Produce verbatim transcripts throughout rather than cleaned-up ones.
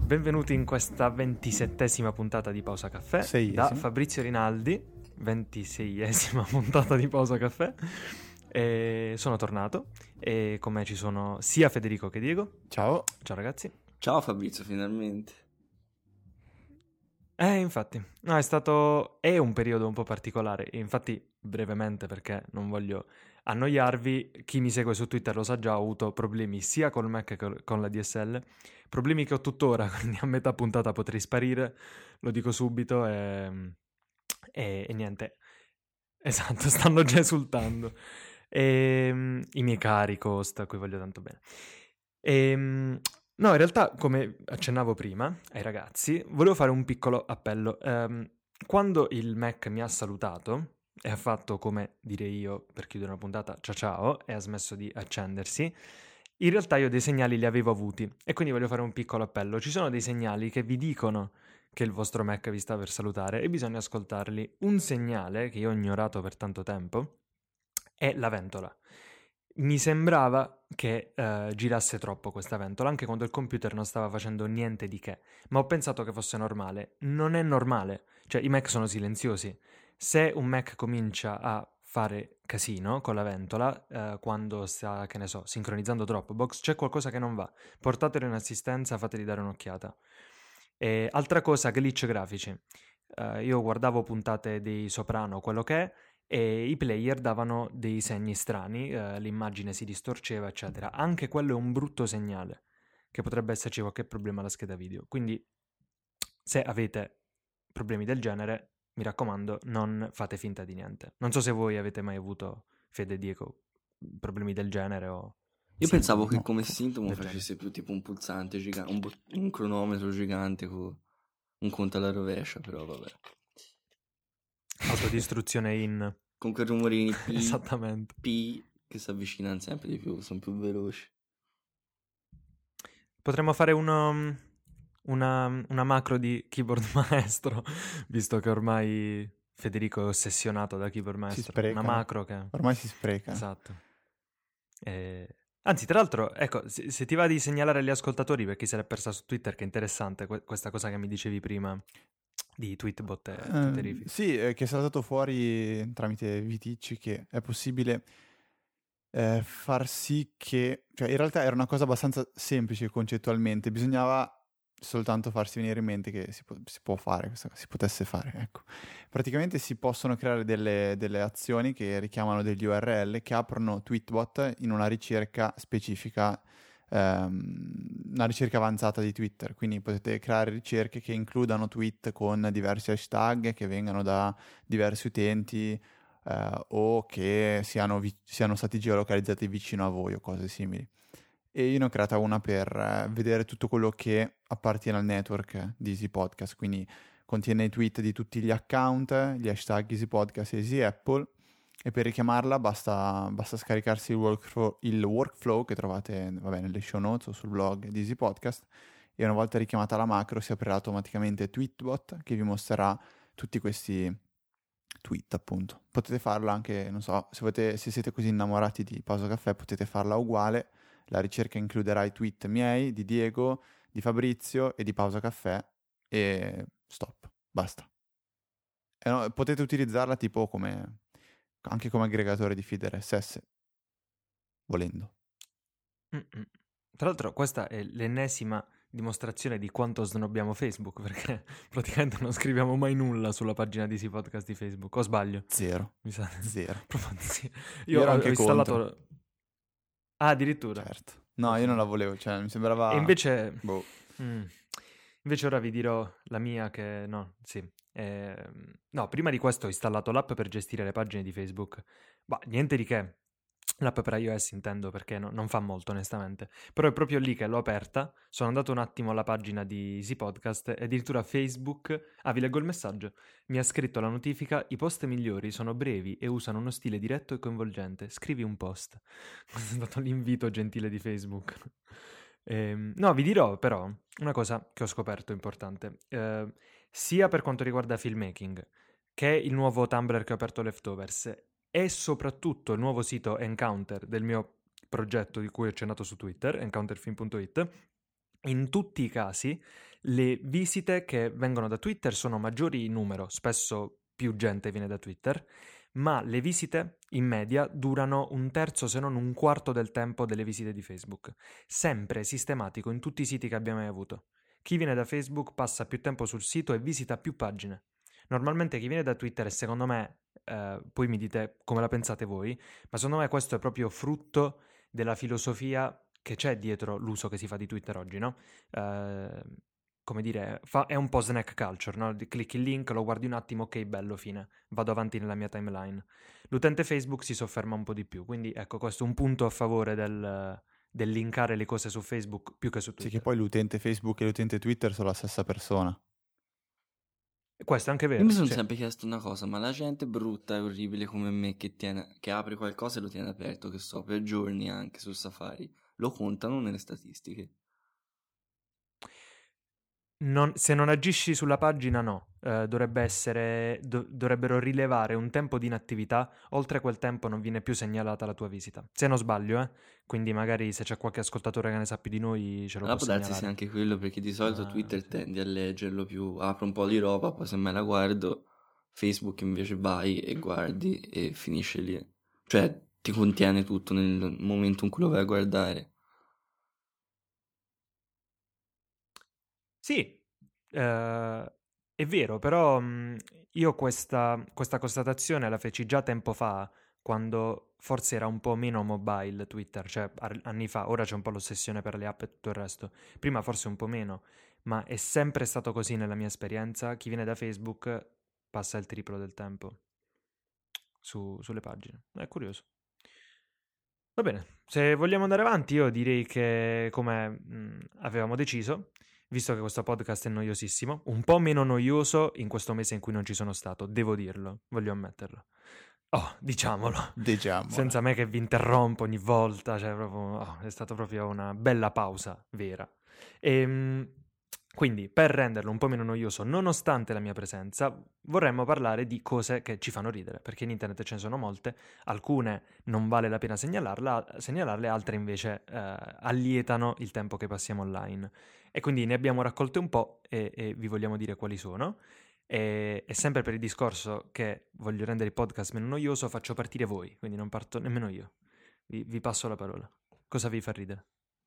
Benvenuti in questa ventisettesima puntata di Pausa Caffè Seiesima. da Fabrizio Rinaldi, ventiseiesima puntata di Pausa Caffè. E sono tornato e con me ci sono sia Federico che Diego. Ciao. Ciao ragazzi. Ciao Fabrizio, finalmente. Eh, infatti, no, è stato... è un periodo un po' particolare, infatti brevemente perché non voglio annoiarvi, chi mi segue su Twitter lo sa già, ho avuto problemi sia col Mac che con la D S L, problemi che ho tuttora, quindi a metà puntata potrei sparire, lo dico subito e, e, e niente, esatto, stanno già esultando, e, i miei cari Costa, a cui voglio tanto bene. E, no, in realtà, come accennavo prima ai ragazzi, volevo fare un piccolo appello. Um, quando il Mac mi ha salutato e ha fatto come direi io per chiudere una puntata ciao ciao e ha smesso di accendersi, in realtà io dei segnali li avevo avuti e quindi voglio fare un piccolo appello. Ci sono dei segnali che vi dicono che il vostro Mac vi sta per salutare e bisogna ascoltarli. Un segnale che io ho ignorato per tanto tempo è la ventola. Mi sembrava che uh, girasse troppo questa ventola, anche quando il computer non stava facendo niente di che, ma ho pensato che fosse normale. Non è normale, cioè i Mac sono silenziosi. Se un Mac comincia a fare casino con la ventola, uh, quando sta, che ne so, sincronizzando Dropbox, c'è qualcosa che non va. Portatelo in assistenza, fateli dare un'occhiata. E altra cosa, glitch grafici. Uh, io guardavo puntate di Soprano, quello che è, e i player davano dei segni strani, eh, l'immagine si distorceva, eccetera. Anche quello è un brutto segnale, che potrebbe esserci qualche problema alla scheda video. Quindi, se avete problemi del genere, mi raccomando, non fate finta di niente. Non so se voi avete mai avuto, Fede e Diego, problemi del genere o... Io sintomi. pensavo che no, come sintomo del facesse più tipo un pulsante gigante, un, bot- un cronometro gigante con un conto alla rovescia, però vabbè. Autodistruzione in... Con quei rumorini P, Esattamente. P che si avvicinano sempre di più, sono più veloci. Potremmo fare uno, una, una macro di keyboard maestro, visto che ormai Federico è ossessionato da keyboard maestro. Si sprecano. Una macro che... Ormai si sprecano. Esatto. E... Anzi, tra l'altro, ecco, se, se ti va di segnalare agli ascoltatori, per chi se l'è persa su Twitter, che è interessante que- questa cosa che mi dicevi prima di Tweetbot e Eh, Twitterific. sì, eh, che è saltato fuori tramite Viticci che è possibile eh, far sì che... Cioè, in realtà era una cosa abbastanza semplice concettualmente, bisognava soltanto farsi venire in mente che si, può, si può fare, questa- si potesse fare, ecco. Praticamente si possono creare delle, delle azioni che richiamano degli U R L che aprono Tweetbot in una ricerca specifica, ehm, una ricerca avanzata di Twitter, quindi potete creare ricerche che includano tweet con diversi hashtag che vengano da diversi utenti eh, o che siano, vi- siano stati geolocalizzati vicino a voi o cose simili. E io ne ho creata una per eh, vedere tutto quello che appartiene al network di Easy Podcast, quindi contiene i tweet di tutti gli account, gli hashtag Easy Podcast e Easy Apple, e per richiamarla basta, basta scaricarsi il workflow, il workflow che trovate vabbè, nelle show notes o sul blog di Easy Podcast, e una volta richiamata la macro si aprirà automaticamente Tweetbot che vi mostrerà tutti questi tweet, appunto. Potete farla anche, non so, se, volete, se siete così innamorati di Pausa Caffè potete farla uguale. La ricerca includerà i tweet miei, di Diego, di Fabrizio e di Pausa Caffè e stop, basta. E no, potete utilizzarla tipo come anche come aggregatore di feed R S S, volendo. Mm-mm. Tra l'altro questa è l'ennesima dimostrazione di quanto snobbiamo Facebook, perché praticamente non scriviamo mai nulla sulla pagina di Easy Podcast di Facebook, o sbaglio? Zero. Mi sa... Zero. Proprio sì. Io Io ero ho, anche ho installato... contro. Ah, addirittura. Certo. No, Ok. io non la volevo, cioè mi sembrava... E invece... Boh. Mm. Invece ora vi dirò la mia che... No, sì. Eh, no, prima di questo ho installato l'app per gestire le pagine di Facebook. Ma niente di che. L'app per iOS intendo, perché no- non fa molto onestamente. Però è proprio lì che l'ho aperta, sono andato un attimo alla pagina di Easy Podcast e addirittura Facebook... Ah, vi leggo il messaggio. Mi ha scritto la notifica: i post migliori sono brevi e usano uno stile diretto e coinvolgente. Scrivi un post. Questo è stato l'invito gentile di Facebook. Ehm, no, vi dirò però una cosa che ho scoperto importante. Eh, sia per quanto riguarda filmmaking, che il nuovo Tumblr che ho aperto Leftovers, e soprattutto il nuovo sito Encounter del mio progetto di cui ho accennato su Twitter, encounterfilm punto it, in tutti i casi Le visite che vengono da Twitter sono maggiori in numero, spesso più gente viene da Twitter, ma le visite in media durano un terzo se non un quarto del tempo delle visite di Facebook. Sempre sistematico in tutti i siti che abbiamo mai avuto. Chi viene da Facebook passa più tempo sul sito e visita più pagine. Normalmente chi viene da Twitter, e secondo me, eh, poi mi dite come la pensate voi, ma secondo me questo è proprio frutto della filosofia che c'è dietro l'uso che si fa di Twitter oggi, no? Eh, come dire, fa, è un po' snack culture, no? Clicchi il link, lo guardi un attimo, ok, bello, fine, vado avanti nella mia timeline. L'utente Facebook si sofferma un po' di più, quindi ecco, questo è un punto a favore del, del linkare le cose su Facebook più che su Twitter. Sì, che poi l'utente Facebook e l'utente Twitter sono la stessa persona. Questo è anche vero. Io mi sono sì. sempre chiesto una cosa, ma la gente brutta e orribile come me che, tiene, che apre qualcosa e lo tiene aperto, che so, per giorni anche su Safari, lo contano nelle statistiche? Non, se non agisci sulla pagina, no. Eh, dovrebbe essere, do, dovrebbero rilevare un tempo di inattività, oltre quel tempo non viene più segnalata la tua visita. Se non sbaglio, eh. Quindi magari se c'è qualche ascoltatore che ne sa più di noi ce lo Allora può può darsi segnalare. sia anche quello, perché di solito Ah, Twitter sì. tendi a leggerlo più, apro un po' di roba, poi se me la guardo, Facebook invece vai e guardi e finisce lì. Cioè ti contiene tutto nel momento in cui lo vai a guardare. Sì, eh, è vero, però mh, io questa, questa constatazione la feci già tempo fa, quando forse era un po' meno mobile Twitter, cioè ar- anni fa. Ora c'è un po' l'ossessione per le app e tutto il resto. Prima forse un po' meno, ma è sempre stato così nella mia esperienza. Chi viene da Facebook passa il triplo del tempo su- sulle pagine. È curioso. Va bene, se vogliamo andare avanti, io direi che, come mh, avevamo deciso, visto che questo podcast è noiosissimo, un po' meno noioso in questo mese in cui non ci sono stato, devo dirlo, voglio ammetterlo. Oh, diciamolo, Diciamo. senza me che vi interrompo ogni volta, cioè proprio, oh, è stata proprio una bella pausa vera. E, quindi, per renderlo un po' meno noioso, nonostante la mia presenza, vorremmo parlare di cose che ci fanno ridere, perché in internet ce ne sono molte, alcune non vale la pena segnalarla, segnalarle, altre invece eh, allietano il tempo che passiamo online. E quindi ne abbiamo raccolte un po' e, e vi vogliamo dire quali sono. E, e sempre per il discorso che voglio rendere il podcast meno noioso, faccio partire voi, quindi non parto nemmeno io. Vi, vi passo la parola. Cosa vi fa ridere?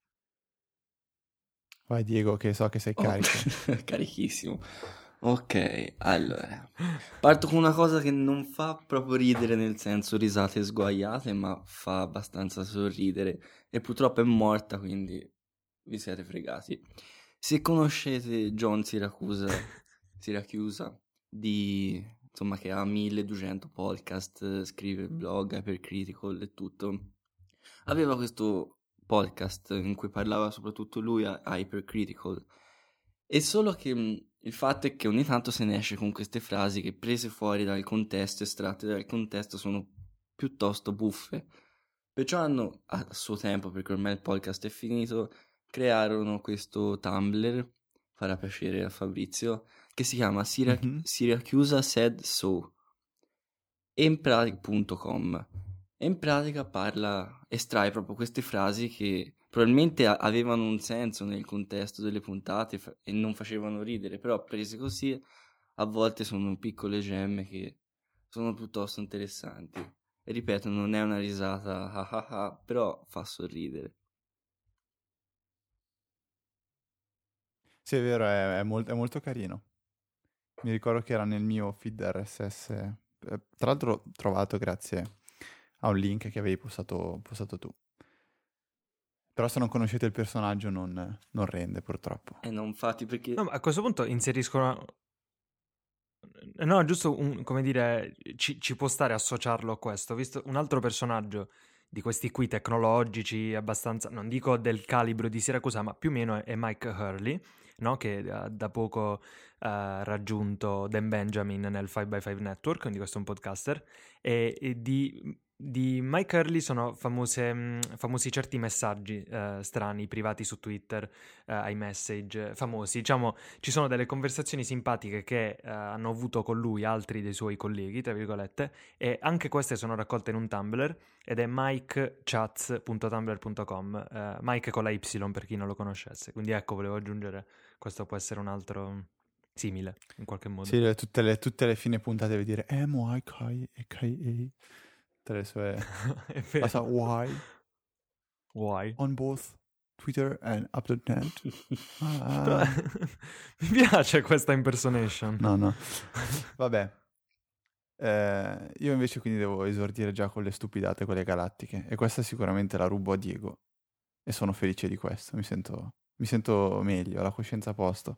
Vai Diego, che so che sei Oh, carico. carichissimo. Ok, allora. Parto con una cosa che non fa proprio ridere nel senso risate sguaiate, ma fa abbastanza sorridere. E purtroppo è morta, quindi vi siete fregati. Se conoscete John Siracusa, Siracusa di, insomma, che ha milleduecento podcast, scrive blog, Hypercritical e tutto, aveva questo podcast in cui parlava soprattutto lui a Hypercritical. E solo che mh, il fatto è che ogni tanto se ne esce con queste frasi che prese fuori dal contesto, estratte dal contesto, sono piuttosto buffe. Perciò hanno, a suo tempo, perché ormai il podcast è finito, crearono questo Tumblr, farà piacere a Fabrizio, che si chiama Sirac- Mhm. Siracusa Said So, e in pratica punto com. E in pratica parla, estrae proprio queste frasi che probabilmente a- avevano un senso nel contesto delle puntate fa- e non facevano ridere, però prese così a volte sono piccole gemme che sono piuttosto interessanti. E ripeto, non è una risata ah ah ah, però fa sorridere. Sì, è vero, è, è mol- è molto carino. Mi ricordo che era nel mio feed R S S. eh, Tra l'altro trovato grazie a un link che avevi postato, postato tu. Però se non conoscete il personaggio non, non rende, purtroppo. E non fatti perché... No, ma a questo punto inseriscono. No, giusto un, come dire, ci, ci può stare associarlo a questo, visto un altro personaggio di questi qui tecnologici, abbastanza, non dico del calibro di Siracusa, ma più o meno è, è Mike Hurley, no? Che ha da poco ha raggiunto Dan Benjamin nel five by five Network, quindi questo è un podcaster, e, e di di Mike Hurley sono famose, mh, famosi certi messaggi eh, strani, privati su Twitter, eh, iMessage, famosi. Diciamo, ci sono delle conversazioni simpatiche che eh, hanno avuto con lui altri dei suoi colleghi, tra virgolette, e anche queste sono raccolte in un Tumblr, ed è mikechats punto tumblr punto com, eh, Mike con la Y per chi non lo conoscesse. Quindi ecco, volevo aggiungere, questo può essere un altro simile, in qualche modo. Sì, le- tutte, le, tutte le fine puntate devi dire M Y K E K A. Tutte le sue... È La sa vero. why Why? on both Twitter and up to net. Però- Ah. Mi piace questa impersonation. No, no. Vabbè. Eh, io invece quindi devo esordire già con le stupidate, con le galattiche. E questa sicuramente la rubo a Diego. E sono felice di questo. Mi sento, mi sento meglio, ho la coscienza a posto.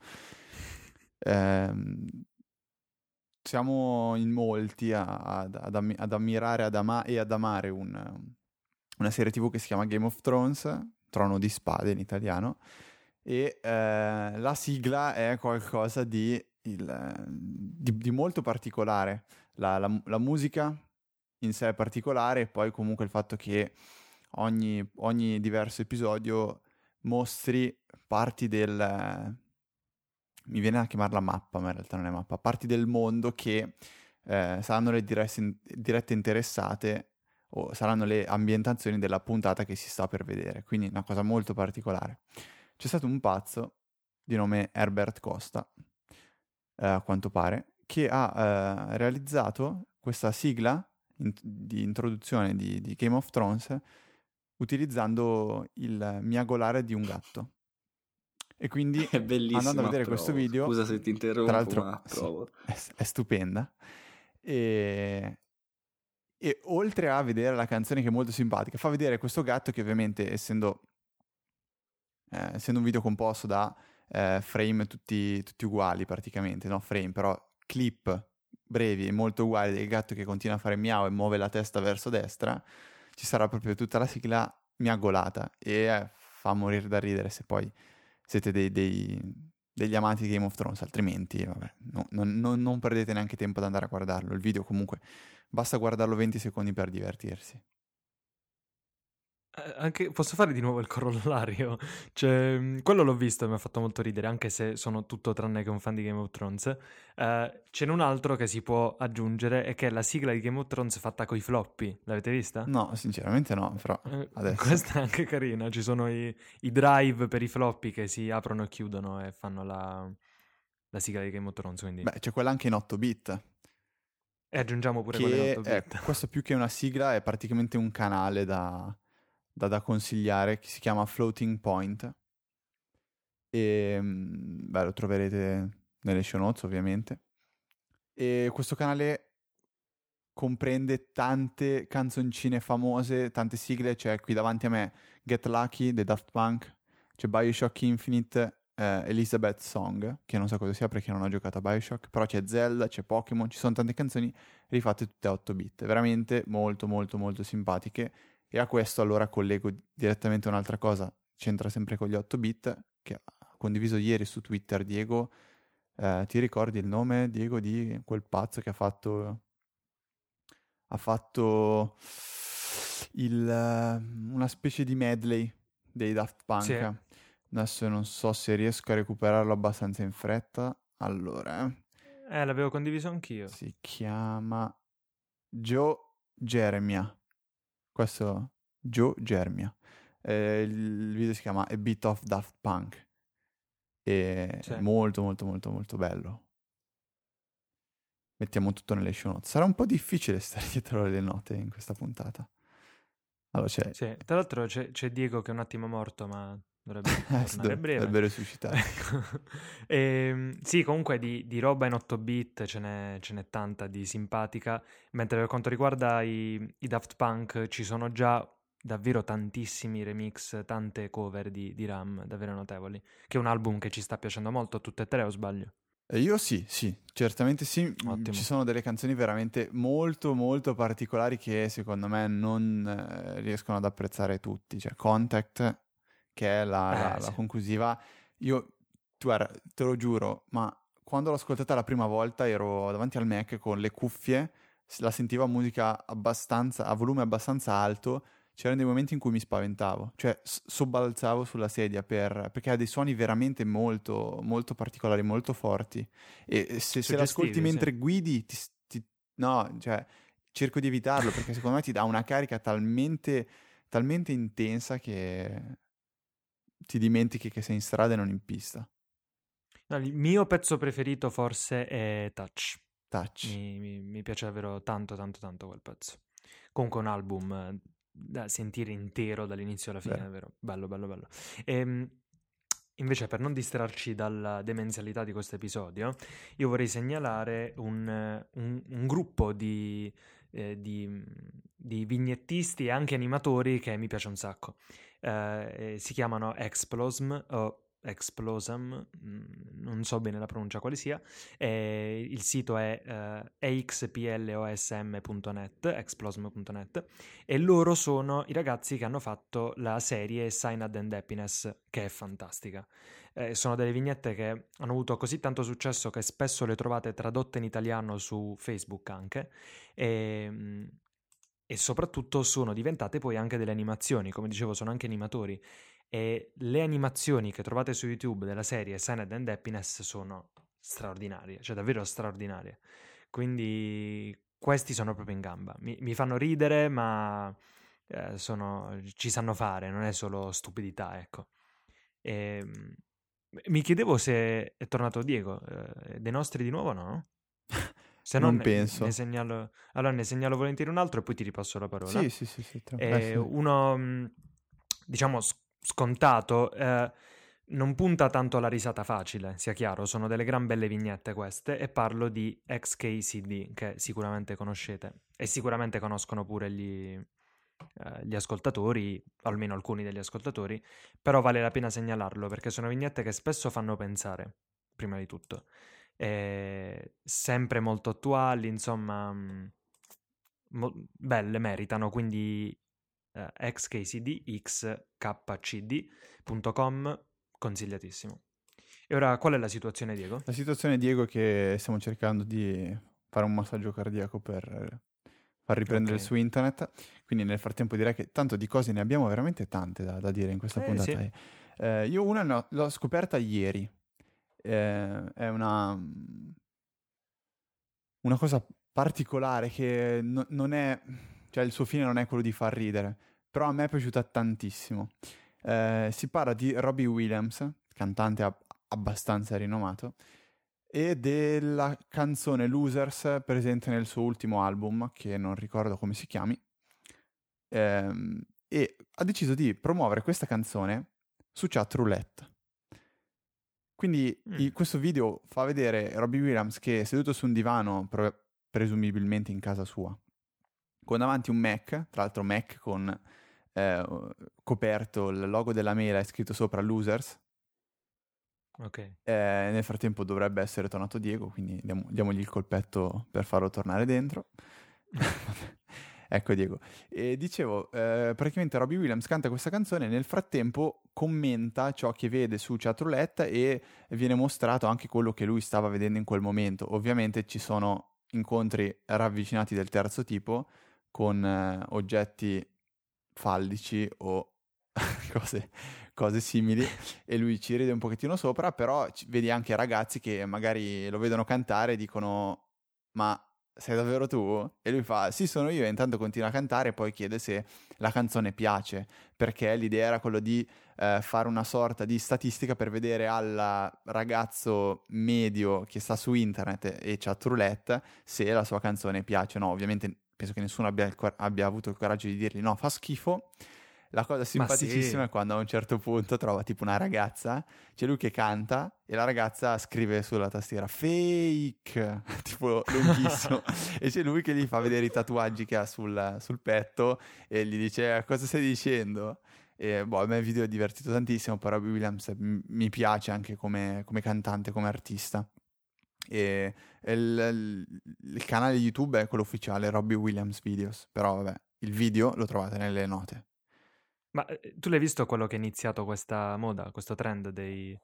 Ehm, siamo in molti a- ad, ad ammi- ad ammirare ad ama- e ad amare un- una serie tivù che si chiama Game of Thrones, Trono di Spade in italiano, e eh, la sigla è qualcosa di, il- di- di molto particolare. La, la- la musica in sé è particolare, e poi comunque il fatto che ogni, ogni diverso episodio mostri parti del... mi viene a chiamarla mappa, ma in realtà non è mappa, parti del mondo che eh, saranno le diresse- dirette interessate o saranno le ambientazioni della puntata che si sta per vedere, quindi una cosa molto particolare. C'è stato un pazzo di nome Herbert Costa, eh, a quanto pare, che ha eh, realizzato questa sigla in- di introduzione di, di Game of Thrones utilizzando il miagolare di un gatto. E quindi È bellissimo, andando a vedere questo approvo. video, Scusa se ti interrompo, tra l'altro ma sì, approvo. è, è stupenda, e, e oltre a vedere la canzone che è molto simpatica, fa vedere questo gatto che ovviamente essendo, eh, essendo un video composto da eh, frame tutti, tutti uguali praticamente, no frame però clip brevi e molto uguali del gatto che continua a fare miau e muove la testa verso destra, ci sarà proprio tutta la sigla miagolata e eh, fa morire da ridere se poi siete dei, dei- degli amanti di Game of Thrones, altrimenti vabbè, no- non, non- non perdete neanche tempo ad andare a guardarlo. Il video comunque basta guardarlo venti secondi per divertirsi. Eh, Anche, posso fare di nuovo il corollario? Cioè, mh, quello l'ho visto e mi ha fatto molto ridere, anche se sono tutto tranne che un fan di Game of Thrones. Eh, ce n'è un altro che si può aggiungere, e che è la sigla di Game of Thrones fatta coi floppy. L'avete vista? No, sinceramente no, però Eh, adesso... questa è anche carina. Ci sono i, i drive per i floppy che si aprono e chiudono e fanno la, la sigla di Game of Thrones. Quindi... Beh, c'è quella anche in otto bit, E aggiungiamo pure quelle in che otto è, bit. questo più che una sigla è praticamente un canale da, da, da consigliare che si chiama Floating Point. E mm, beh, lo troverete nelle show notes ovviamente. E questo canale comprende tante canzoncine famose, tante sigle. C'è qui davanti a me Get Lucky dei Daft Punk, c'è Bioshock Infinite, eh, Elizabeth Song, che non so cosa sia perché non ho giocato a Bioshock, però c'è Zelda, c'è Pokémon, ci sono tante canzoni rifatte tutte a otto bit, veramente molto molto molto simpatiche. E a questo allora collego direttamente un'altra cosa, c'entra sempre con gli otto bit, che ha condiviso ieri su Twitter Diego. Eh, ti ricordi il nome, Diego, di quel pazzo che ha fatto ha fatto il, eh, una specie di medley dei Daft Punk. Sì. Adesso non so se riesco a recuperarlo abbastanza in fretta. Allora, eh, Eh, l'avevo condiviso anch'io. si chiama Joe Germia. Questo Joe Germia. Eh, il video si chiama A Bit of Daft Punk. E Sì. è molto molto molto molto bello. Mettiamo tutto nelle show notes. Sarà un po' difficile stare dietro le note in questa puntata. Allora c'è... Sì, tra l'altro c'è, c'è Diego che è un attimo morto, ma dovrebbe Eh, tornare sì, a dov- breve. dovrebbe risuscitare. Ecco. Ehm, sì, comunque di, di roba in otto bit ce n'è, ce n'è tanta di simpatica, mentre per quanto riguarda i, i Daft Punk ci sono già davvero tantissimi remix, tante cover di, di Ram, davvero notevoli, che è un album che ci sta piacendo molto, tutte e tre o sbaglio? E io sì, sì, certamente sì. Mm, Ottimo. Ci sono delle canzoni veramente molto molto particolari che secondo me non eh, riescono ad apprezzare tutti. Cioè Contact, che è la, la- Eh, la sì. conclusiva, io, tu guarda, te lo giuro, ma quando l'ho ascoltata la prima volta ero davanti al Mac con le cuffie, la sentivo a musica abbastanza, a volume abbastanza alto, c'erano dei momenti in cui mi spaventavo, cioè s- sobbalzavo sulla sedia per, perché ha dei suoni veramente molto, molto particolari, molto forti. E e se, se l'ascolti Suggestivi, sì. mentre guidi, ti, ti- no, cioè, cerco di evitarlo perché secondo me ti dà una carica talmente, talmente intensa che ti dimentichi che sei in strada e non in pista. No, il mio pezzo preferito forse è Touch. Touch. Mi, mi- mi piace davvero tanto, tanto, tanto quel pezzo. Comunque un album eh, da sentire intero dall'inizio alla fine, Vero. davvero bello, bello, bello. Ehm, invece, per non distrarci dalla demenzialità di questo episodio, io vorrei segnalare un, eh, un- un gruppo di, eh, di, di vignettisti e anche animatori che mi piace un sacco. Eh, eh, si chiamano Explosm o Explosm, mm, non so bene la pronuncia quale sia. Eh, il sito è eh, explosm punto net, explosm punto net, e loro sono i ragazzi che hanno fatto la serie Signed and Happiness, che è fantastica. Eh, sono delle vignette che hanno avuto così tanto successo che spesso le trovate tradotte in italiano su Facebook anche, e, mm, e soprattutto sono diventate poi anche delle animazioni, come dicevo sono anche animatori, e le animazioni che trovate su YouTube della serie Signed and Happiness sono straordinarie, cioè davvero straordinarie. Quindi questi sono proprio in gamba. Mi, mi fanno ridere, ma eh, sono, ci sanno fare, non è solo stupidità, ecco. E, mi chiedevo se è tornato Diego, eh, dei nostri di nuovo, no? Se no Non ne, penso. ne segnalo, allora ne segnalo volentieri un altro e poi ti ripasso la parola. Sì, sì, sì, sì. Tra... eh, E sì. uno, mh, diciamo, s- scontato, eh, non punta tanto alla risata facile, sia chiaro, sono delle gran belle vignette queste, e parlo di X K C D, che sicuramente conoscete, e sicuramente conoscono pure gli, eh, gli ascoltatori, almeno alcuni degli ascoltatori, però vale la pena segnalarlo, perché sono vignette che spesso fanno pensare, prima di tutto. E sempre molto attuali, insomma, mh, mo- belle, meritano, quindi eh, xkcd, xkcd punto com, consigliatissimo. E ora, qual è la situazione, Diego? La situazione, Diego, è che stiamo cercando di fare un massaggio cardiaco per far riprendere Ok. il su internet, quindi nel frattempo direi che tanto di cose ne abbiamo veramente tante da, da dire in questa Eh sì, puntata. Eh, io una ne ho- l'ho scoperta ieri. Eh, è una, una cosa particolare che no- non è, cioè il suo fine non è quello di far ridere, però a me è piaciuta tantissimo. Eh, si parla di Robbie Williams, cantante ab- abbastanza rinomato, e della canzone Losers presente nel suo ultimo album, che non ricordo come si chiami, ehm, e ha deciso di promuovere questa canzone su Chatroulette. Quindi i- Mm, questo video fa vedere Robbie Williams che è seduto su un divano, pre- presumibilmente in casa sua, con davanti un Mac, tra l'altro Mac con eh, coperto il logo della mela e scritto sopra Losers. ok. Eh, nel frattempo dovrebbe essere tornato Diego, quindi diamo- diamogli il colpetto per farlo tornare dentro. Ecco Diego. E dicevo, eh, praticamente Robbie Williams canta questa canzone e nel frattempo commenta ciò che vede su Chatroulette e viene mostrato anche quello che lui stava vedendo in quel momento. Ovviamente ci sono incontri ravvicinati del terzo tipo con eh, oggetti fallici o cose, cose simili e lui ci ride un pochettino sopra, però ci- vedi anche ragazzi che magari lo vedono cantare e dicono ma sei davvero tu? E lui fa sì sono io e intanto continua a cantare e poi chiede se la canzone piace perché l'idea era quello di eh, fare una sorta di statistica per vedere al ragazzo medio che sta su internet e chatroulette se la sua canzone piace o no. Ovviamente penso che nessuno abbia, il cor- abbia avuto il coraggio di dirgli no, fa schifo. La cosa Ma simpaticissima sì, è quando a un certo punto trova tipo una ragazza, c'è lui che canta e la ragazza scrive sulla tastiera fake, tipo lunghissimo, e c'è lui che gli fa vedere i tatuaggi che ha sul, sul petto e gli dice cosa stai dicendo? E boh, a me il video è divertito tantissimo, però Robbie Williams m- mi piace anche come, come cantante, come artista. E il, il- il canale YouTube è quello ufficiale, Robbie Williams Videos, però vabbè, il video lo trovate nelle note. ma eh, tu l'hai visto quello che ha iniziato questa moda, questo trend dei,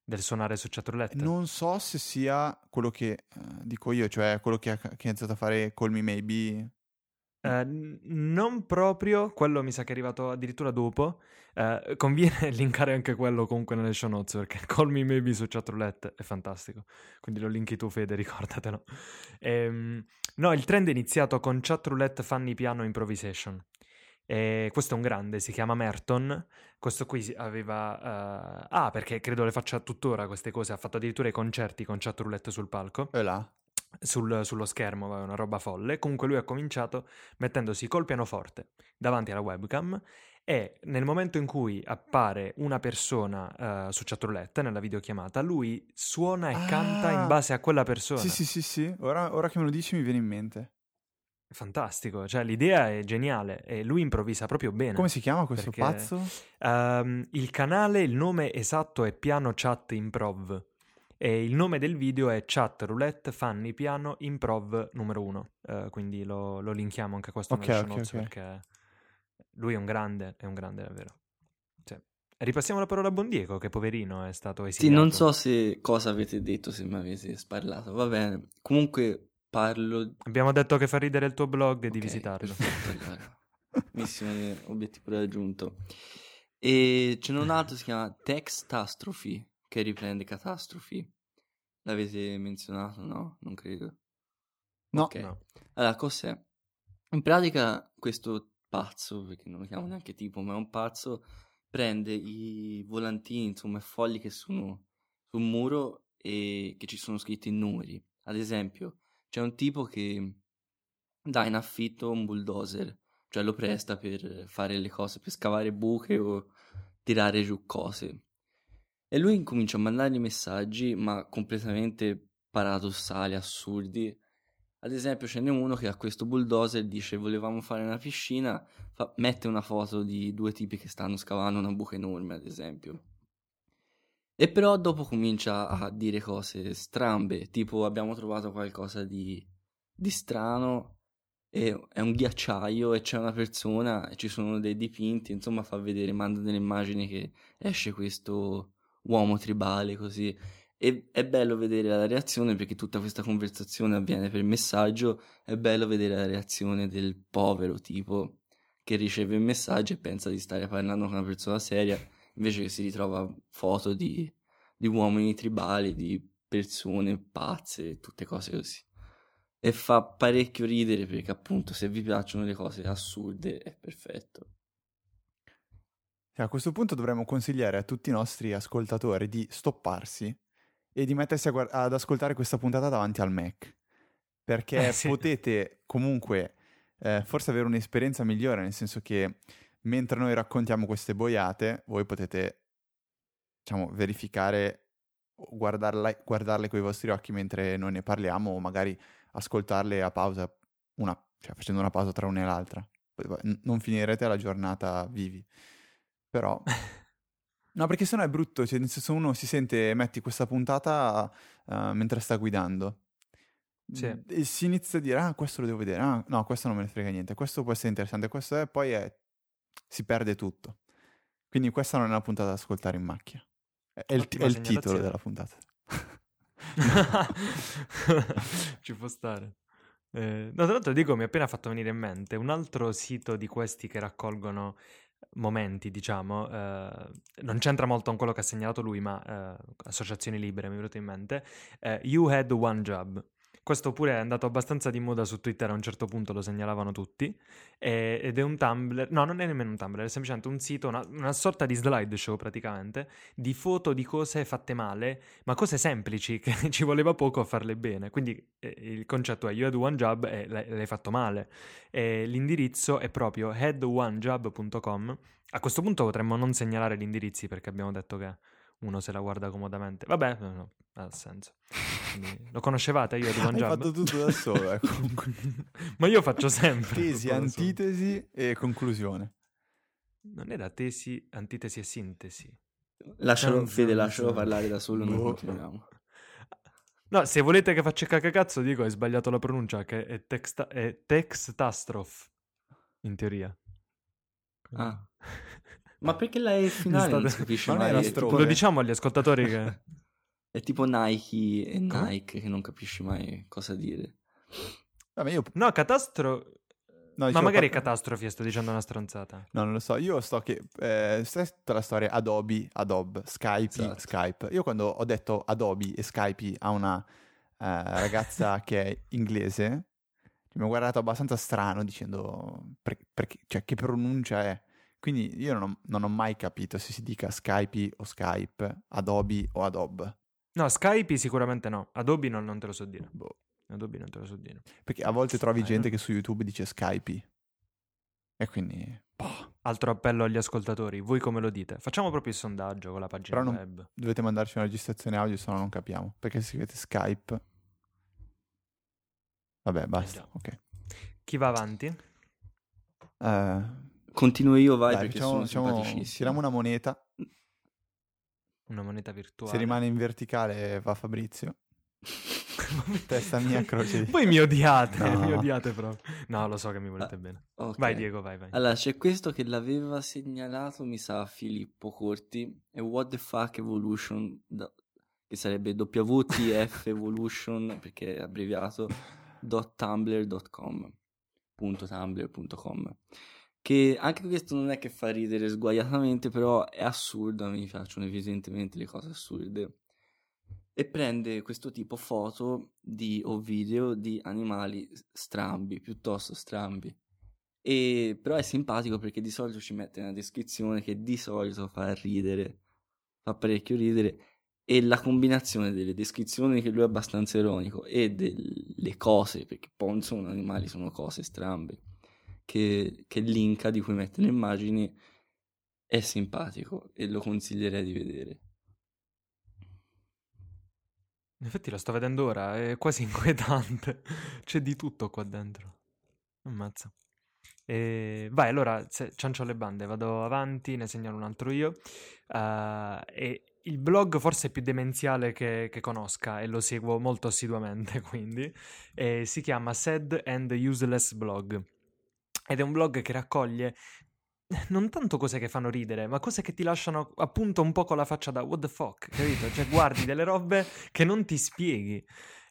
del suonare su chatroulette? Non so se sia quello che eh, dico io, cioè quello che ha, che ha iniziato a fare Call Me Maybe. Eh, n- non proprio, quello mi sa che è arrivato addirittura dopo. Eh, conviene linkare anche quello comunque nelle show notes, perché Call Me Maybe su chatroulette è fantastico. Quindi lo linki tu, Fede, ricordatelo. Ehm, no, il trend è iniziato con chatroulette Funny Piano Improvisation. E questo è un grande, si chiama Merton. Questo qui si- aveva... eh, ah, perché credo le faccia tuttora queste cose. Ha fatto addirittura i concerti con chatroulette sul palco. E là. Sul- sullo schermo, va, una roba folle. Comunque lui ha cominciato mettendosi col pianoforte davanti alla webcam e nel momento in cui appare una persona eh, su chatroulette nella videochiamata, lui suona e Ah! canta in base a quella persona. Sì, sì, sì, sì. Ora, ora che me lo dici mi viene in mente. Fantastico, cioè l'idea è geniale e lui improvvisa proprio bene. Come si chiama questo perché, pazzo? ehm, il canale, il nome esatto è Piano Chat Improv. E il nome del video è Chat Roulette Funny Piano Improv numero uno. Eh, quindi lo, lo linkiamo anche questo Ok, nelle show ok, notes ok. perché lui è un grande, è un grande davvero. Cioè, ripassiamo la parola a Bondiego, che poverino è stato Sì, esiliato. non so se cosa avete detto, se mi avete sparlato, va bene. Comunque parlo... Abbiamo detto che fa ridere il tuo blog e di Ok, visitarlo. perfetto, allora. Missione, obiettivo raggiunto. E ce n'è un altro, si chiama Textastrophe, che riprende Catastrofi. L'avete menzionato, no? Non credo. No. Ok. No. Allora, cos'è? In pratica questo pazzo, perché non lo chiamo neanche tipo, ma è un pazzo, prende i volantini, insomma, i fogli che sono sul muro e che ci sono scritti i numeri. Ad esempio, c'è un tipo che dà in affitto un bulldozer, cioè lo presta per fare le cose, per scavare buche o tirare giù cose. E lui incomincia a mandare messaggi, ma completamente paradossali, assurdi. Ad esempio, ce n'è uno che a questo bulldozer dice: volevamo fare una piscina, fa- mette una foto di due tipi che stanno scavando una buca enorme, ad esempio. E però dopo comincia a dire cose strambe, tipo abbiamo trovato qualcosa di, di strano, e è un ghiacciaio e c'è una persona e ci sono dei dipinti, insomma fa vedere, manda delle immagini che esce questo uomo tribale così. E è bello vedere la reazione perché tutta questa conversazione avviene per messaggio, è bello vedere la reazione del povero tipo che riceve il messaggio e pensa di stare parlando con una persona seria, invece che si ritrova foto di, di uomini tribali, di persone pazze, tutte cose così. E fa parecchio ridere perché appunto se vi piacciono le cose assurde è perfetto. Cioè, a questo punto dovremmo consigliare a tutti i nostri ascoltatori di stopparsi e di mettersi a guard- ad ascoltare questa puntata davanti al Mac. Perché Eh, sì. potete comunque eh, forse avere un'esperienza migliore, nel senso che mentre noi raccontiamo queste boiate, voi potete, diciamo, verificare, o guardarle, guardarle con i vostri occhi mentre noi ne parliamo, o magari ascoltarle a pausa, una, cioè facendo una pausa tra una e l'altra. Poi, n- non finirete la giornata vivi. Però... No, perché sennò è brutto, cioè nel senso uno si sente, metti questa puntata eh, mentre sta guidando. Sì. E si inizia a dire, ah, questo lo devo vedere, ah, no, questo non me ne frega niente, questo può essere interessante, questo è, poi è, si perde tutto. Quindi questa non è una puntata da ascoltare in macchina. È, è il, Ottima è il titolo segnalazione. della puntata. Ci può stare. Eh, no, tra l'altro dico, mi è appena fatto venire in mente un altro sito di questi che raccolgono momenti, diciamo, eh, non c'entra molto con quello che ha segnalato lui, ma eh, associazioni libere, mi è venuto in mente, eh, You Had One Job. Questo pure è andato abbastanza di moda su Twitter, a un certo punto lo segnalavano tutti, e- ed è un Tumblr, no, non è nemmeno un Tumblr, è semplicemente un sito, una, una sorta di slideshow praticamente, di foto di cose fatte male, ma cose semplici, che ci voleva poco a farle bene. Quindi eh, il concetto è you had one job e l'hai, l'hai fatto male. E l'indirizzo è proprio had one job punto com. A questo punto potremmo non segnalare gli indirizzi perché abbiamo detto che uno se la guarda comodamente. Vabbè, no, no, ha senso. Quindi, lo conoscevate io di One Hai Job? fatto tutto da solo, eh, comunque. Ma io faccio sempre. Tesi, tutto da solo. antitesi e conclusione. Non era tesi, antitesi e sintesi. Lascialo, Zan, Fede, zan, lascialo zan. parlare da solo, noi Boh. continuiamo. No, se volete che faccia cacacazzo, dico, hai sbagliato la pronuncia, che è, texta- è textastrophe, in teoria. Ah. Ma perché la E finale non State- si capisce Ma non mai? era Tipo- strofe? Lo diciamo agli ascoltatori che... È tipo Nike e Come? Nike che non capisci mai cosa dire. Vabbè, io... No, catastro... No, Ma dicevo, magari par- catastrofi, sto dicendo una stronzata. No, non lo so, io sto che... Eh, sai tutta la storia Adobe, Adobe, Skype, Esatto. Skype. Io quando ho detto Adobe e Skype a una eh, ragazza che è inglese, mi ha guardato abbastanza strano dicendo per- perché, cioè, che pronuncia è. Quindi io non ho, non ho mai capito se si dica Skype o Skype, Adobe o Adobe. No, Skype sicuramente no. Adobe non, non te lo so dire. Boh. Adobe non te lo so dire. Perché a volte trovi Eh, gente non- che su YouTube dice Skype. E quindi... boh. Altro appello agli ascoltatori. Voi come lo dite? Facciamo proprio il sondaggio con la pagina Però non- web. dovete mandarci una registrazione audio, se no non capiamo. Perché se scrivete Skype... Vabbè, basta. Eh già. Ok. Chi va avanti? Eh, Continuo io, vai, dai, perché facciamo, sono facciamo- simpaticissimo. tiriamo una moneta. Una moneta virtuale. Se rimane in verticale va Fabrizio. Testa mia, croce di... Voi mi odiate, No. mi odiate proprio. No, lo so che mi volete Ah, bene. ok. Vai Diego, vai, vai. Allora, c'è questo che l'aveva segnalato, mi sa, Filippo Corti, è What the Fuck Evolution, da- che sarebbe W T F Evolution, perché è abbreviato, .tumblr punto com, punto tumblr punto com. Che anche questo non è che fa ridere sguaiatamente, però è assurdo, mi piacciono evidentemente le cose assurde. E prende questo tipo foto di, o video di animali strambi, piuttosto strambi. E però è simpatico perché di solito ci mette una descrizione che di solito fa ridere, fa parecchio ridere, e la combinazione delle descrizioni, che lui è abbastanza ironico, e delle cose, perché poi non sono animali, sono cose strambe, che, che linka, di cui mette le immagini, è simpatico e lo consiglierei di vedere. In effetti lo sto vedendo ora, è quasi inquietante. C'è di tutto qua dentro. Ammazza. E vai, allora, se, ciancio alle bande, vado avanti, ne segnalo un altro io. Uh, e il blog forse più demenziale che, che conosca, e lo seguo molto assiduamente, quindi, e si chiama Sad and Useless Blog. Ed è un blog che raccoglie non tanto cose che fanno ridere, ma cose che ti lasciano appunto un po' con la faccia da what the fuck, capito? Cioè guardi delle robe che non ti spieghi.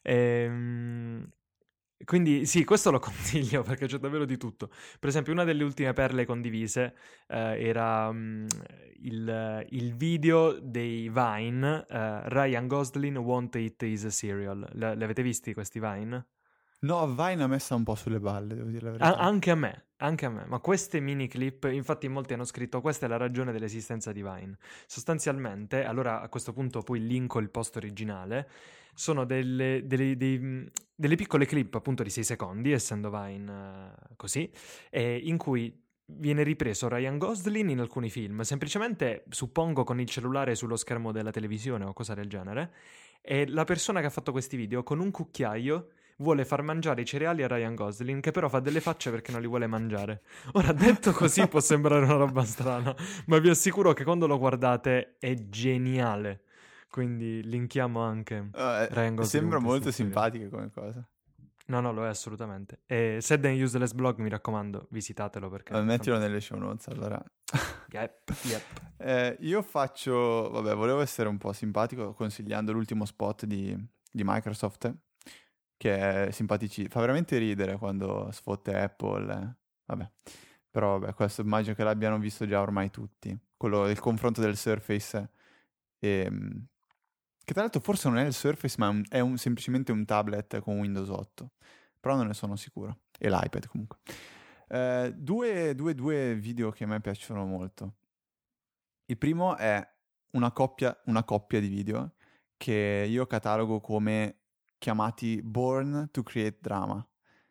Ehm... Quindi sì, questo lo consiglio perché c'è davvero di tutto. Per esempio, una delle ultime perle condivise eh, era um, il, il video dei Vine, uh, Ryan Gosling won't eat his cereal. Le, le avete visti questi Vine? No, Vine ha messa un po' sulle balle, devo dire la A- verità. anche a me, anche a me, ma queste mini clip, infatti molti hanno scritto questa è la ragione dell'esistenza di Vine. Sostanzialmente, allora a questo punto poi linko il post originale, sono delle, delle, dei, delle piccole clip appunto di sei secondi, essendo Vine uh, così, eh, in cui viene ripreso Ryan Gosling in alcuni film, semplicemente suppongo con il cellulare sullo schermo della televisione o cosa del genere, e la persona che ha fatto questi video con un cucchiaio vuole far mangiare i cereali a Ryan Gosling, che però fa delle facce perché non li vuole mangiare. Ora, detto così può sembrare una roba strana, ma vi assicuro che quando lo guardate è geniale. Quindi linkiamo anche Eh, Ryan Gosling. sembra con molto questa storia. simpatica come cosa. No, no, lo è assolutamente. E Sad and Useless Blog, mi raccomando, visitatelo perché... Eh, mettilo nelle show notes, allora. Yep, yep. Eh, io faccio... Vabbè, volevo essere un po' simpatico consigliando l'ultimo spot di, di Microsoft, che è simpatici, fa veramente ridere quando sfotte Apple, eh. Vabbè, però vabbè, questo immagino che l'abbiano visto già ormai tutti, quello del confronto del Surface, e, che tra l'altro forse non è il Surface, ma è, un, è un, semplicemente un tablet con Windows otto, però non ne sono sicuro, e l'iPad comunque. Eh, due, due, due video che a me piacciono molto. Il primo è una coppia, una coppia di video che io catalogo come chiamati Born to Create Drama,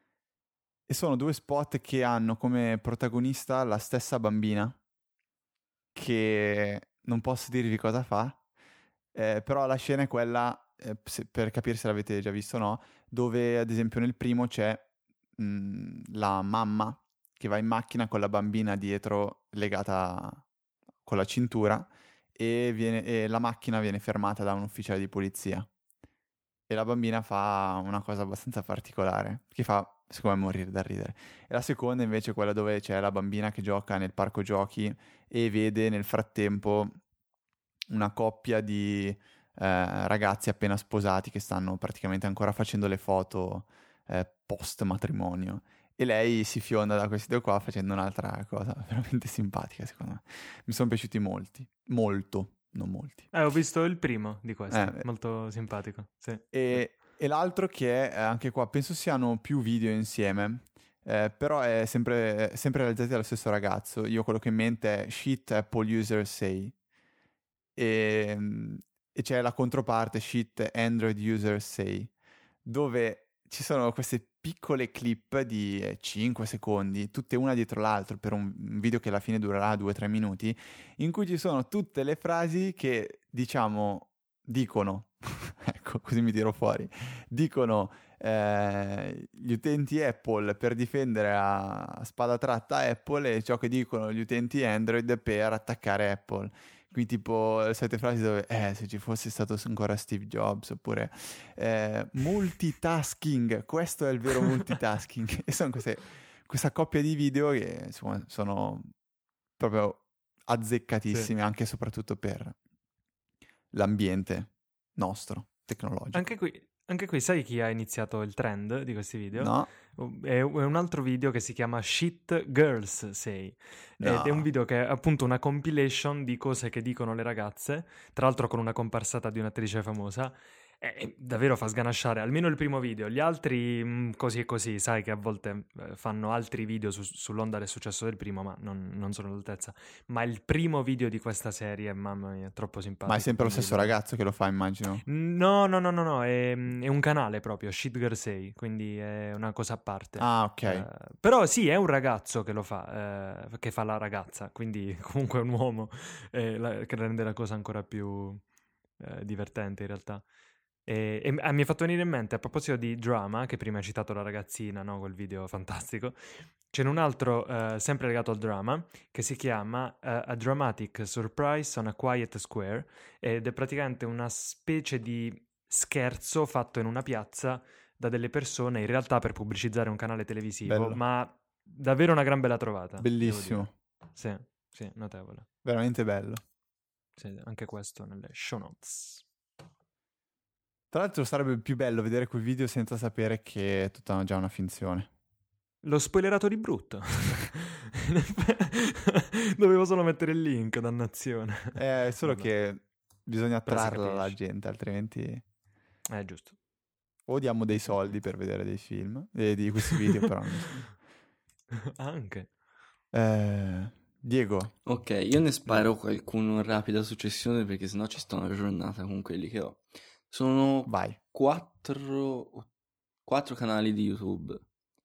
e sono due spot che hanno come protagonista la stessa bambina, che non posso dirvi cosa fa, eh, però la scena è quella, eh, se, per capire se l'avete già visto o no, dove ad esempio nel primo c'è mh, la mamma che va in macchina con la bambina dietro legata con la cintura, e, viene, e la macchina viene fermata da un ufficiale di polizia. E la bambina fa una cosa abbastanza particolare, che fa, secondo me, morire da ridere. E la seconda invece è quella dove c'è la bambina che gioca nel parco giochi e vede nel frattempo una coppia di eh, ragazzi appena sposati che stanno praticamente ancora facendo le foto eh, post matrimonio. E lei si fionda da questi due qua facendo un'altra cosa veramente simpatica, secondo me. Mi sono piaciuti molti, molto, non molti. Eh, ho visto il primo di questo, Eh, molto simpatico, sì. E, e l'altro che è, anche qua, penso siano più video insieme, eh, però è sempre, sempre realizzati dallo stesso ragazzo. Io quello che ho in mente è Shit Apple User Say. E, e c'è la controparte, Shit Android User Say, dove ci sono queste piccole clip di eh, cinque secondi, tutte una dietro l'altra, per un video che alla fine durerà due tre minuti, in cui ci sono tutte le frasi che, diciamo, dicono, ecco, così mi tiro fuori, dicono eh, gli utenti Apple per difendere a spada tratta Apple e ciò che dicono gli utenti Android per attaccare Apple. Quindi tipo le solite frasi dove eh se ci fosse stato ancora Steve Jobs, oppure eh, multitasking, questo è il vero multitasking. E sono queste, questa coppia di video che insomma, sono proprio azzeccatissime, Sì. anche e soprattutto per l'ambiente nostro, tecnologico. Anche qui, anche qui, sai chi ha iniziato il trend di questi video? No, È, è un altro video che si chiama Shit Girls Say. no. Ed è un video che è appunto una compilation di cose che dicono le ragazze, tra l'altro con una comparsata di un'attrice famosa. E, e davvero fa sganasciare, almeno il primo video. Gli altri mh, così e così, sai che a volte eh, fanno altri video su- sull'onda del successo del primo, ma non, non sono all'altezza. Ma il primo video di questa serie, mamma mia, è troppo simpatico. Ma è sempre lo quindi- stesso ragazzo che lo fa, immagino. No, no, no, no, no, è, è un canale proprio, Shit Girl Say, quindi è una cosa a parte. Ah, ok. Eh, però sì, è un ragazzo che lo fa, eh, che fa la ragazza, quindi comunque è un uomo eh, la- che rende la cosa ancora più eh, divertente in realtà. E, e ah, mi è fatto venire in mente, a proposito di drama, che prima hai citato la ragazzina, no? Quel video fantastico, c'è un altro, eh, sempre legato al drama, che si chiama eh, A Dramatic Surprise on a Quiet Square, ed è praticamente una specie di scherzo fatto in una piazza da delle persone, in realtà per pubblicizzare un canale televisivo, Bello. ma davvero una gran bella trovata. devo Bellissimo, dire. Sì, sì, notevole. veramente bello. Sì, anche questo nelle show notes. Tra l'altro sarebbe più bello vedere quel video senza sapere che è tutta già una finzione. L'ho spoilerato di brutto. Dovevo solo mettere il link, dannazione. È solo Vabbè. che bisogna Però si attrarla alla capisce. gente, altrimenti Eh, giusto. o diamo dei soldi per vedere dei film, eh, di questi video però. non so. Anche. Eh, Diego, Ok, io ne sparo qualcuno in rapida successione perché sennò ci sto una giornata con quelli che ho. Sono vai. quattro, quattro canali di YouTube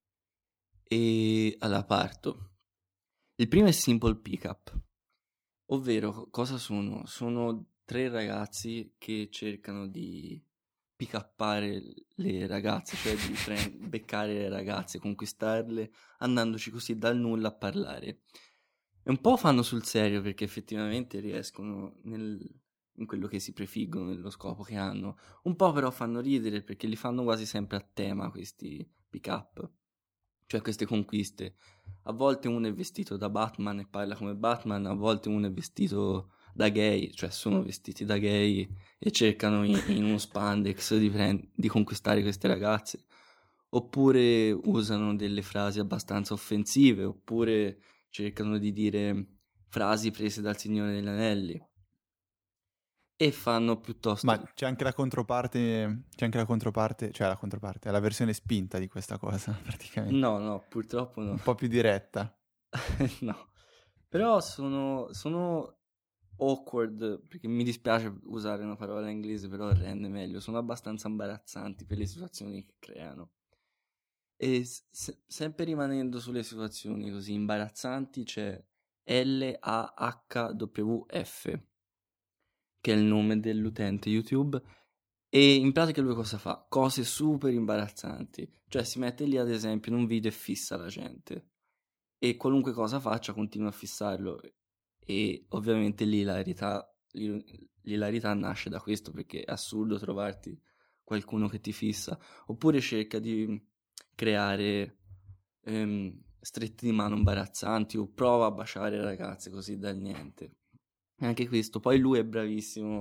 e alla parto. Il primo è Simple Pickup, ovvero cosa sono? Sono tre ragazzi che cercano di pick-uppare le ragazze, cioè di pre- beccare le ragazze, conquistarle, andandoci così dal nulla a parlare. E un po' fanno sul serio perché effettivamente riescono nel, in quello che si prefiggono, nello scopo che hanno. Un po' però fanno ridere perché li fanno quasi sempre a tema questi pick-up, cioè queste conquiste. A volte uno è vestito da Batman e parla come Batman, a volte uno è vestito da gay, cioè sono vestiti da gay e cercano in, in uno spandex di, prend- di conquistare queste ragazze. Oppure usano delle frasi abbastanza offensive, oppure cercano di dire frasi prese dal Signore degli Anelli. E fanno piuttosto... Ma c'è anche la controparte, c'è anche la controparte, cioè la controparte, è la versione spinta di questa cosa, praticamente. No, no, purtroppo no. Un po' più diretta. No. Però sono, sono awkward, perché mi dispiace usare una parola inglese, però rende meglio. Sono abbastanza imbarazzanti per le situazioni che creano. E se- sempre rimanendo sulle situazioni così imbarazzanti c'è L A H W F, che è il nome dell'utente YouTube, e in pratica lui cosa fa? Cose super imbarazzanti, cioè si mette lì ad esempio in un video e fissa la gente, e qualunque cosa faccia continua a fissarlo, e ovviamente l'ilarità, l'ilarità nasce da questo, perché è assurdo trovarti qualcuno che ti fissa, oppure cerca di creare ehm, stretti di mano imbarazzanti o prova a baciare ragazze così dal niente. Anche questo, poi lui è bravissimo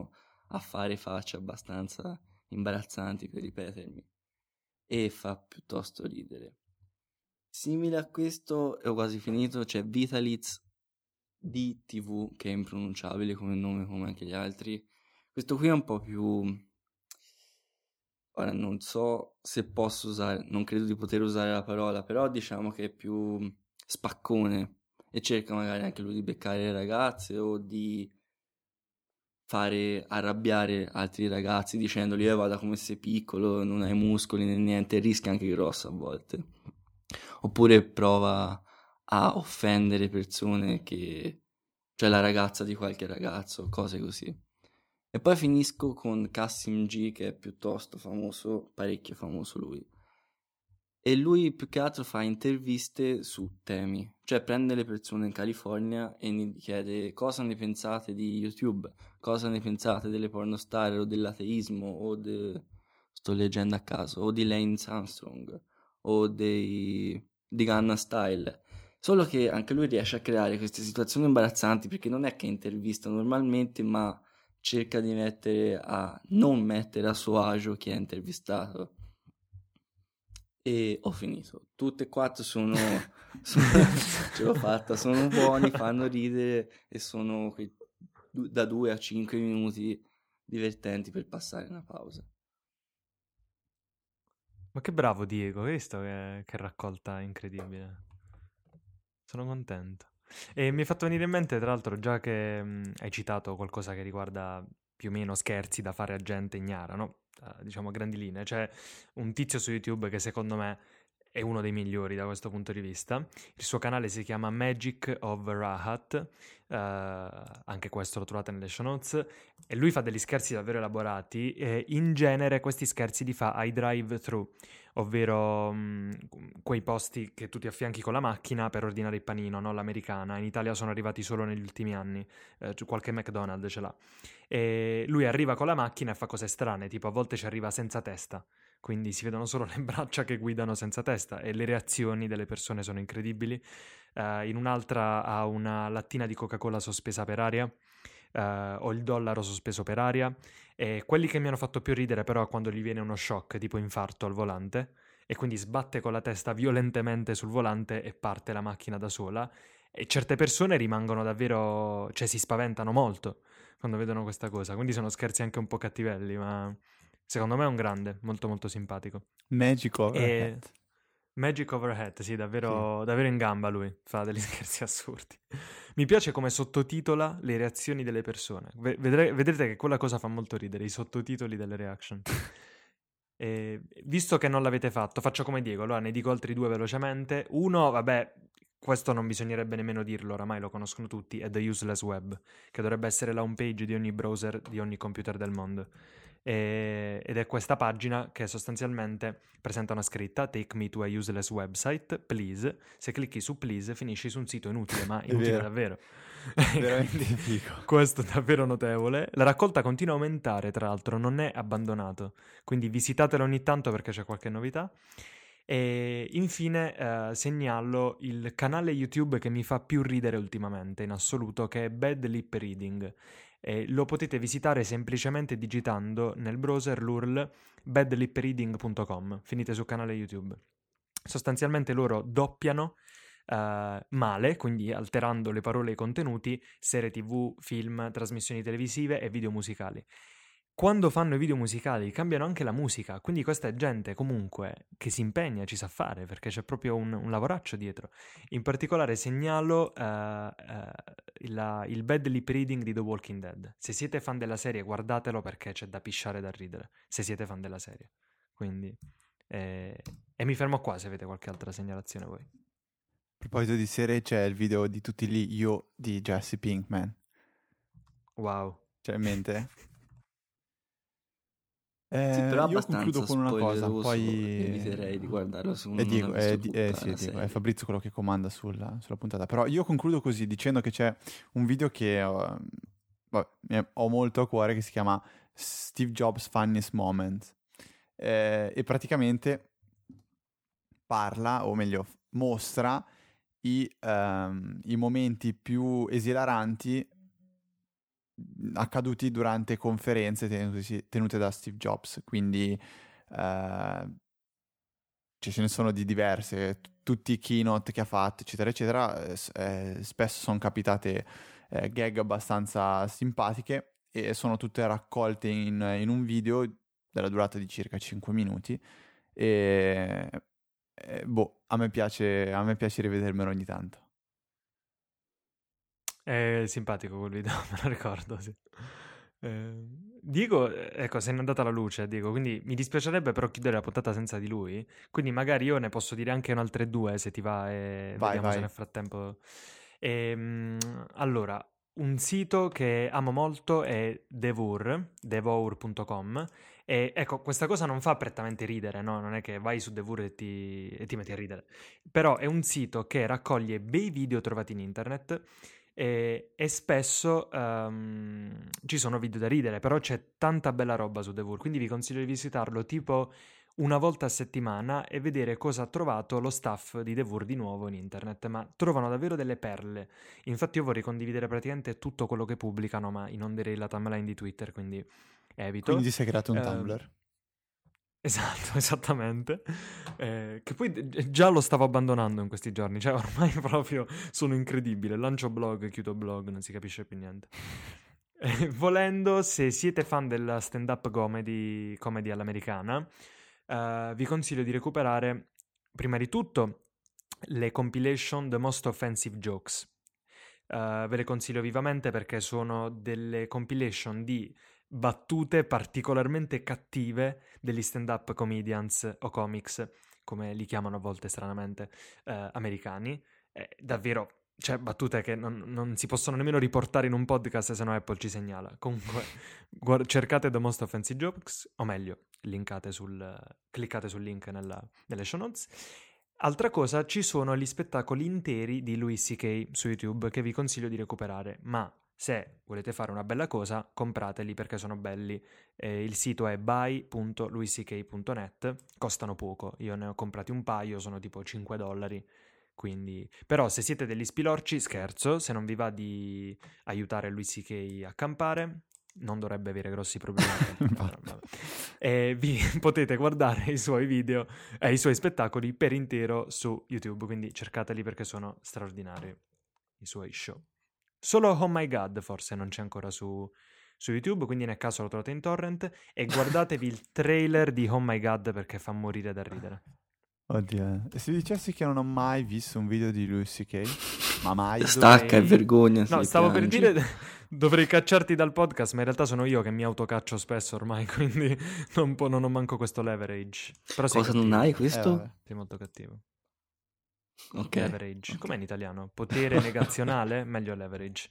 a fare facce abbastanza imbarazzanti per ripetermi, e fa piuttosto ridere. Simile a questo, e ho quasi finito, c'è Vitaliz di T V, che è impronunciabile come nome, come anche gli altri. Questo qui è un po' più... Ora non so se posso usare, non credo di poter usare la parola, però diciamo che è più spaccone e cerca magari anche lui di beccare le ragazze o di fare arrabbiare altri ragazzi dicendogli eh, vada come sei piccolo, non hai muscoli né niente, rischia anche grosso a volte. Oppure prova a offendere persone che... cioè la ragazza di qualche ragazzo, cose così. E poi finisco con Kassim G, che è piuttosto famoso, parecchio famoso lui. E lui più che altro fa interviste su temi, cioè prende le persone in California e gli chiede cosa ne pensate di YouTube, cosa ne pensate delle pornostar o dell'ateismo o de... sto leggendo a caso, o di Lance Armstrong o dei... di Gangnam Style. Solo che anche lui riesce a creare queste situazioni imbarazzanti perché non è che intervista normalmente, ma cerca di mettere a non mettere a suo agio chi è intervistato. E ho finito. Tutte e quattro sono, sono ce l'ho fatta, sono buoni, fanno ridere e sono quei, da due a cinque minuti divertenti per passare una pausa. Ma che bravo Diego, hai visto che, che raccolta incredibile. Sono contento. E mi hai fatto venire in mente, tra l'altro, già che mh, hai citato qualcosa che riguarda più o meno scherzi da fare a gente ignara, no? Uh, diciamo a grandi linee. C'è un tizio su YouTube che secondo me è uno dei migliori da questo punto di vista. Il suo canale si chiama Magic of Rahat, uh, anche questo lo trovate nelle show notes, e lui fa degli scherzi davvero elaborati e in genere questi scherzi li fa ai drive-thru, ovvero mh, quei posti che tu ti affianchi con la macchina per ordinare il panino, no? L'americana. In Italia sono arrivati solo negli ultimi anni, eh, qualche McDonald's ce l'ha. E lui arriva con la macchina e fa cose strane, tipo a volte ci arriva senza testa, quindi si vedono solo le braccia che guidano senza testa e le reazioni delle persone sono incredibili. Uh, in un'altra ha una lattina di Coca-Cola sospesa per aria, uh, o il dollaro sospeso per aria, e quelli che mi hanno fatto più ridere però è quando gli viene uno shock, tipo infarto al volante, e quindi sbatte con la testa violentemente sul volante e parte la macchina da sola, e certe persone rimangono davvero, cioè si spaventano molto quando vedono questa cosa, quindi sono scherzi anche un po' cattivelli, ma secondo me è un grande, molto molto simpatico. Magic Overhead. E... Magic Overhead, sì, davvero, sì. davvero in gamba lui, fa degli scherzi assurdi. Mi piace come sottotitola le reazioni delle persone. Vedre- vedrete che quella cosa fa molto ridere, i sottotitoli delle reaction. E, visto che non l'avete fatto, faccio come Diego, allora ne dico altri due velocemente. Uno, vabbè, questo non bisognerebbe nemmeno dirlo, oramai lo conoscono tutti, è The Useless Web, che dovrebbe essere la home page di ogni browser, di ogni computer del mondo. E, ed è questa pagina che sostanzialmente presenta una scritta take me to a useless website, please. Se clicchi su please finisci su un sito inutile, ma inutile davvero. Veramente figo. Questo è davvero notevole. La raccolta continua a aumentare, tra l'altro, non è abbandonato, quindi visitatelo ogni tanto perché c'è qualche novità. E infine eh, segnalo il canale YouTube che mi fa più ridere ultimamente in assoluto, che è Bad Lip Reading. E lo potete visitare semplicemente digitando nel browser l'U R L bad lip reading punto com. Finite sul canale YouTube. Sostanzialmente loro doppiano uh, male, quindi alterando le parole e i contenuti, serie tv, film, trasmissioni televisive e video musicali. Quando fanno i video musicali cambiano anche la musica, quindi questa è gente comunque che si impegna, ci sa fare, perché c'è proprio un, un lavoraccio dietro. In particolare segnalo uh, uh, il, il Bad Lip Reading di The Walking Dead. Se siete fan della serie guardatelo perché c'è da pisciare e da ridere, se siete fan della serie. Quindi, eh, e mi fermo qua se avete qualche altra segnalazione voi. A proposito di serie c'è il video di tutti lì io di Jesse Pinkman. Wow. C'è in mente? Eh, sì, però io concludo con una cosa, poi eviterei di guardarlo se uno e dico, non ha visto eh, eh, sì, dico, è Fabrizio quello che comanda sulla, sulla puntata. Però io concludo così dicendo che c'è un video che uh, vabbè, ho molto a cuore che si chiama Steve Jobs Funniest Moment eh, e praticamente parla, o meglio mostra i, um, i momenti più esilaranti accaduti durante conferenze tenute, tenute da Steve Jobs, quindi eh, ce ne sono di diverse, tutti i keynote che ha fatto, eccetera, eccetera, eh, eh, spesso sono capitate eh, gag abbastanza simpatiche e sono tutte raccolte in, in un video della durata di circa cinque minuti e, e boh, a me piace, a me piace rivedermelo ogni tanto. È simpatico quel video, me lo ricordo, sì. Eh, Diego, eh, ecco, se n'è andata la luce, Diego, quindi mi dispiacerebbe però chiudere la puntata senza di lui, quindi magari io ne posso dire anche un'altre due se ti va e Vai, vediamo se vai. nel frattempo... Ehm, allora, un sito che amo molto è Devour, devour punto com, e ecco, questa cosa non fa prettamente ridere, no? Non è che vai su Devour e ti, e ti metti a ridere, però è un sito che raccoglie bei video trovati in internet e, e spesso um, ci sono video da ridere, però c'è tanta bella roba su Devour, quindi vi consiglio di visitarlo tipo una volta a settimana e vedere cosa ha trovato lo staff di Devour di nuovo in internet, ma trovano davvero delle perle. Infatti io vorrei condividere praticamente tutto quello che pubblicano, ma inonderei la timeline di Twitter, quindi evito. Quindi ti sei creato un Eh, Tumblr. Esatto, esattamente. Eh, che poi eh, già lo stavo abbandonando in questi giorni, cioè ormai proprio sono incredibile. Lancio blog, chiudo blog, non si capisce più niente. Eh, volendo, se siete fan della stand-up comedy, comedy all'americana, eh, vi consiglio di recuperare, prima di tutto, le compilation The Most Offensive Jokes. Eh, ve le consiglio vivamente perché sono delle compilation di battute particolarmente cattive degli stand-up comedians o comics, come li chiamano a volte stranamente, eh, americani. Eh, davvero, cioè battute che non, non si possono nemmeno riportare in un podcast, se no Apple ci segnala. Comunque, guard- cercate The Most Offensive Jokes, o meglio, linkate sul, cliccate sul link nella, nelle show notes. Altra cosa, ci sono gli spettacoli interi di Louis C K su YouTube che vi consiglio di recuperare, ma se volete fare una bella cosa, comprateli perché sono belli. Eh, il sito è buy punto louis c k punto net, costano poco, io ne ho comprati un paio, sono tipo cinque dollari, quindi... Però se siete degli spilorci, scherzo, se non vi va di aiutare Louis C K a campare, non dovrebbe avere grossi problemi. E vi potete guardare i suoi video e eh, i suoi spettacoli per intero su YouTube, quindi cercateli perché sono straordinari i suoi show. Solo Oh My God forse non c'è ancora su, su YouTube, quindi nel caso lo trovate in torrent e guardatevi il trailer di Oh My God perché fa morire da ridere. Oddio, e se dicessi che non ho mai visto un video di Louis C K, ma mai... Stacca e dovrei- vergogna. No, se stavo per piangi. dire dovrei cacciarti dal podcast, ma in realtà sono io che mi autocaccio spesso ormai, quindi non, po- non ho manco questo leverage. Però sei Cosa non cattivo, hai Eh, questo? vabbè. sei molto cattivo. Ok. Leverage, com'è in italiano? Potere negazionale? Meglio leverage.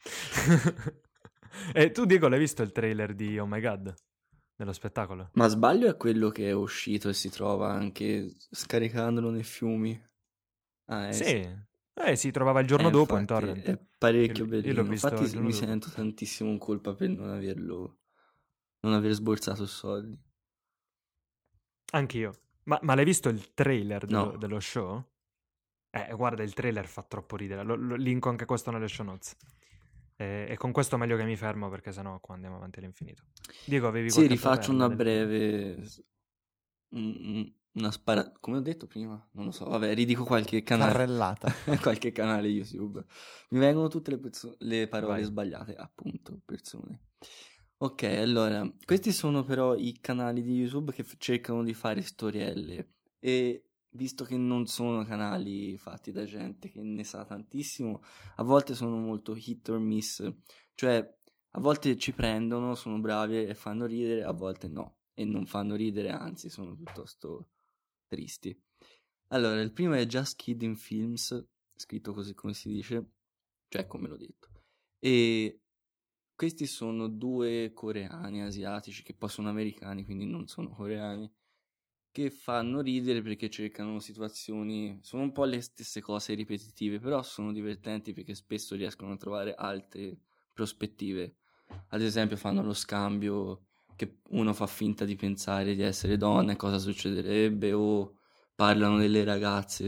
E tu, Diego, l'hai visto il trailer di Oh My God? Dello spettacolo? Ma sbaglio è quello che è uscito e si trova anche scaricandolo nei fiumi. Ah, eh, Sì. Eh, si trovava il giorno eh, dopo in infatti, torrent. è parecchio Io- io l'ho bellino. visto Infatti il giorno mi dopo. sento tantissimo in colpa per non averlo, non aver sborsato soldi. Anch'io. Ma, ma l'hai visto il trailer dello, No. dello show? Eh, guarda, il trailer fa troppo ridere. Lo, lo linko anche questo nelle show notes. E, e con questo meglio che mi fermo perché sennò qua andiamo avanti all'infinito. Diego, avevi Sì, qualche altra rifaccio perla una del- breve... un- un- Una spara... Come ho detto prima? Non lo so. Vabbè, ridico qualche canale. Carrellata. qualche canale YouTube. Mi vengono tutte le, perso- le parole Vai. sbagliate, appunto, persone. Ok, allora, questi sono però i canali di YouTube che f- cercano di fare storielle e visto che non sono canali fatti da gente che ne sa tantissimo, a volte sono molto hit or miss, cioè a volte ci prendono, sono bravi e fanno ridere, a volte no, e non fanno ridere, anzi sono piuttosto tristi. Allora, il primo è Just Kidding Films, scritto così come si dice, cioè come l'ho detto, e questi sono due coreani asiatici che poi sono americani, quindi non sono coreani, che fanno ridere perché cercano situazioni, sono un po' le stesse cose ripetitive, però sono divertenti perché spesso riescono a trovare altre prospettive. Ad esempio fanno lo scambio che uno fa finta di pensare di essere donna e cosa succederebbe, o parlano delle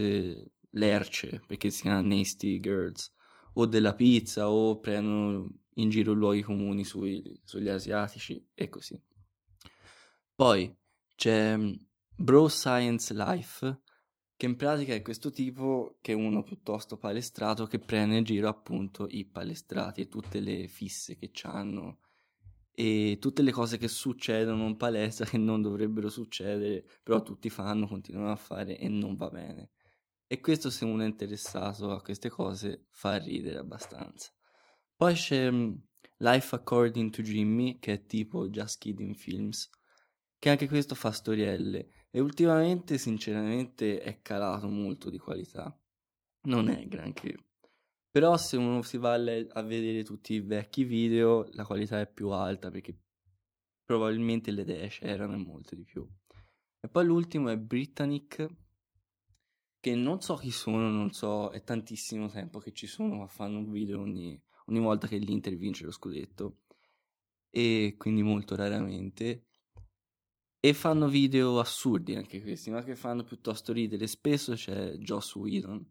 ragazze lerce perché si chiama Nasty Girls, o della pizza, o prendono in giro luoghi comuni sui, sugli asiatici e così. Poi c'è Bro Science Life, che in pratica è questo tipo che è uno piuttosto palestrato che prende in giro appunto i palestrati e tutte le fisse che c'hanno e tutte le cose che succedono in palestra che non dovrebbero succedere, però tutti fanno, continuano a fare e non va bene. E questo, se uno è interessato a queste cose, fa ridere abbastanza. Poi c'è Life According to Jimmy, che è tipo Just Kidding Films, che anche questo fa storielle e ultimamente sinceramente è calato molto di qualità, non è granché, però se uno si va a, le- a vedere tutti i vecchi video la qualità è più alta perché probabilmente le idee c'erano e molte di più. E poi l'ultimo è Britannic, che non so chi sono, non so, è tantissimo tempo che ci sono, ma fanno un video ogni, ogni volta che l'Inter vince lo scudetto e quindi molto raramente. E fanno video assurdi anche questi, ma che fanno piuttosto ridere. Spesso c'è Joss Whedon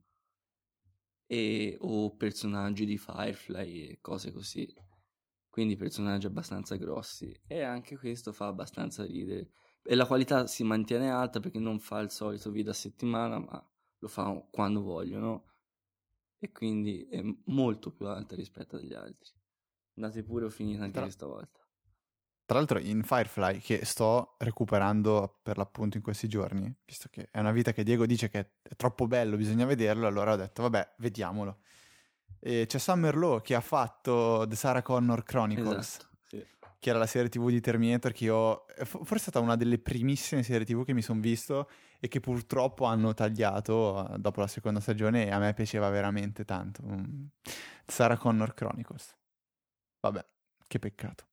e, o personaggi di Firefly e cose così. Quindi personaggi abbastanza grossi. E anche questo fa abbastanza ridere. E la qualità si mantiene alta perché non fa il solito video a settimana, ma lo fa quando vogliono. E quindi è molto più alta rispetto agli altri. Andate pure, ho finito anche Tra- questa volta. Tra l'altro in Firefly, che sto recuperando per l'appunto in questi giorni, visto che è una vita che Diego dice che è troppo bello, bisogna vederlo, allora ho detto vabbè, vediamolo. E c'è Summer Law che ha fatto The Sarah Connor Chronicles, Esatto, sì. che era la serie tivù di Terminator che io... forse è stata una delle primissime serie tivù che mi sono visto e che purtroppo hanno tagliato uh, dopo la seconda stagione e a me piaceva veramente tanto. Mm. Sarah Connor Chronicles. Vabbè, che peccato.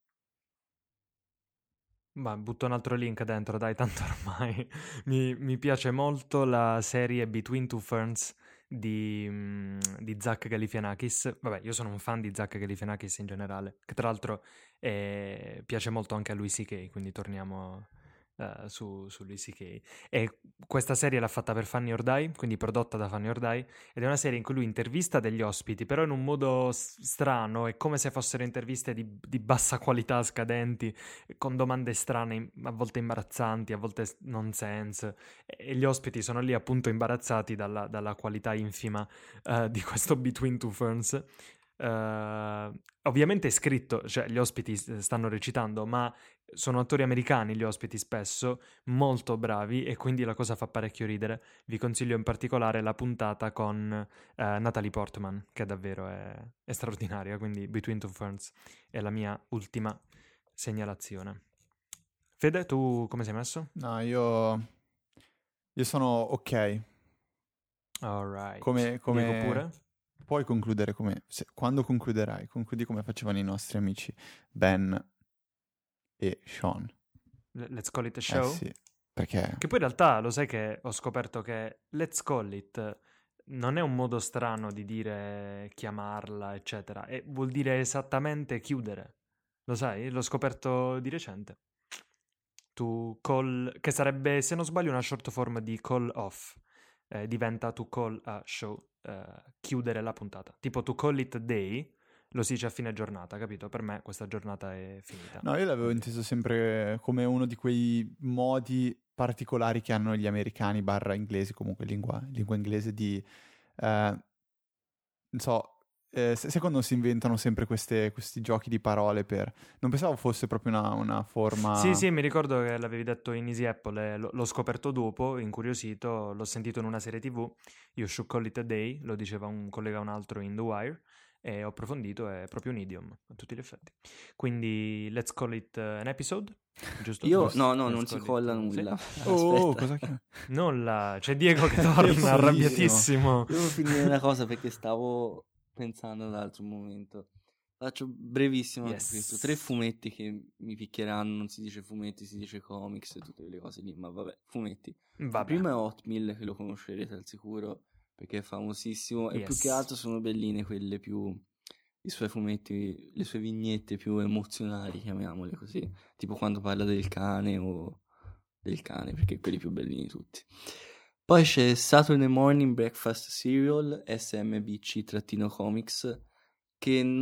Ma butto un altro link dentro, dai, tanto ormai mi, mi piace molto la serie Between Two Ferns di, mm, di Zach Galifianakis. Vabbè, io sono un fan di Zach Galifianakis in generale, che tra l'altro eh, piace molto anche a Louis C K, quindi torniamo eh, su, su Louis C K. E questa serie l'ha fatta per Funny or Die, quindi prodotta da Funny or Die, ed è una serie in cui lui intervista degli ospiti, però in un modo s- strano, è come se fossero interviste di, di bassa qualità, scadenti, con domande strane, a volte imbarazzanti, a volte non sense, e gli ospiti sono lì appunto imbarazzati dalla, dalla qualità infima uh, di questo Between Two Ferns. Uh, ovviamente è scritto, cioè gli ospiti stanno recitando, ma sono attori americani gli ospiti spesso, molto bravi, e quindi la cosa fa parecchio ridere. Vi consiglio in particolare la puntata con uh, Natalie Portman, che davvero è, è straordinaria, quindi Between Two Ferns è la mia ultima segnalazione. Fede, tu come sei messo? No, io... Io sono ok. Alright. Come, come... Diego pure? Puoi concludere come... se- Quando concluderai, concludi come facevano i nostri amici Ben e Sean. Let's call it a Eh show? sì, perché... Che poi in realtà lo sai che ho scoperto che let's call it non è un modo strano di dire chiamarla, eccetera, e vuol dire esattamente chiudere. Lo sai? L'ho scoperto di recente. To call, che sarebbe, se non sbaglio, una short form di call off. Eh, diventa to call a show, eh, chiudere la puntata. Tipo to call it day, lo si dice a fine giornata, capito? Per me questa giornata è finita. No, io l'avevo Quindi- inteso sempre come uno di quei modi particolari che hanno gli americani barra inglesi, comunque lingua, lingua inglese di... eh, non so, eh, se- secondo me si inventano sempre queste- questi giochi di parole per... Non pensavo fosse proprio una, una forma... Sì, sì, mi ricordo che l'avevi detto in Easy Apple, e l- l'ho scoperto dopo, incuriosito, l'ho sentito in una serie tivù, You Should Call It a Day, lo diceva un collega a un altro in The Wire, e ho approfondito, è proprio un idiom, a tutti gli effetti. Quindi, let's call it uh, an episode, giusto? Io, Giusto? no, no, Let's non si call colla it, uh, nulla. sì. Oh, Aspetta. cosa che... Nulla, c'è Diego che torna, Bellissimo. arrabbiatissimo. Devo finire una cosa perché stavo pensando ad altro momento. Faccio brevissimo anche Yes. questo. Tre fumetti che mi picchieranno. Non si dice fumetti, si dice comics e tutte quelle cose lì. Ma vabbè, fumetti. Il Vabbè. primo è Hotmill, che lo conoscerete al sicuro perché è famosissimo. E più che Yes. altro sono belline quelle più... I suoi fumetti, le sue vignette più emozionali, chiamiamole così. Tipo quando parla del cane o del cane, perché quelli più bellini tutti. Poi c'è Saturday Morning Breakfast Cereal, S M B C-Comics, che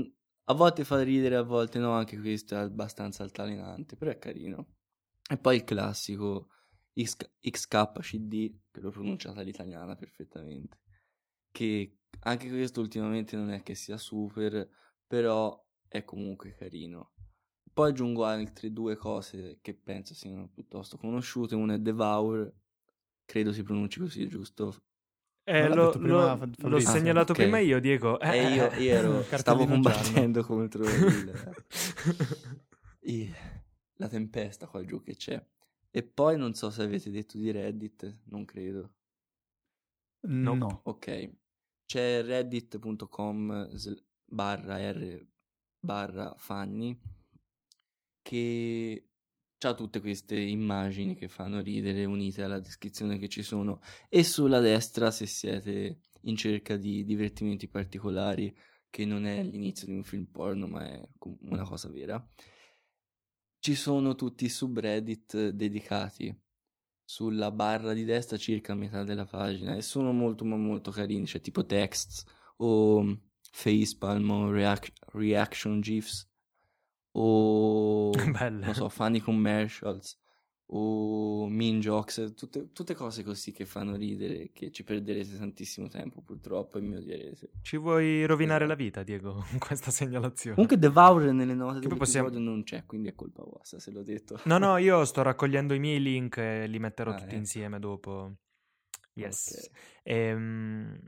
A volte fa ridere, a volte no, anche questo è abbastanza altalenante, però è carino. E poi il classico X- X K C D, che l'ho pronunciata all'italiana perfettamente, che anche questo ultimamente non è che sia super, però è comunque carino. Poi aggiungo altre due cose che penso siano piuttosto conosciute. Una è Devour, credo si pronunci così, giusto? Eh, Non l'ha lo, detto prima lo- Fa- l'ho Fabrizio? segnalato ok. prima io, Diego. Eh, E io, eh, io ero, stavo Cartellino combattendo contro il, i- la tempesta qua giù che c'è. E poi non so se avete detto di Reddit, non credo. Nope. No. Ok, c'è reddit.com sl- barra r barra Fanny che c'ha tutte queste immagini che fanno ridere unite alla descrizione che ci sono, e sulla destra, se siete in cerca di divertimenti particolari, che non è l'inizio di un film porno ma è com- una cosa vera, ci sono tutti i subreddit dedicati sulla barra di destra circa a metà della pagina, e sono molto ma molto carini, cioè tipo Texts o Facepalm o reac- Reaction GIFs o Belle. non so, funny commercials o mean jokes, tutte, tutte cose così che fanno ridere, che ci perderete tantissimo tempo purtroppo e mi odierete. Ci vuoi rovinare Esatto. la vita, Diego, con questa segnalazione? Comunque Devour nelle note Che poi dell'episodio possiamo- non c'è, quindi è colpa vostra se l'ho detto. No, no, io sto raccogliendo i miei link e li metterò Ah, tutti ecco. insieme dopo. Yes. Ok. Ehm,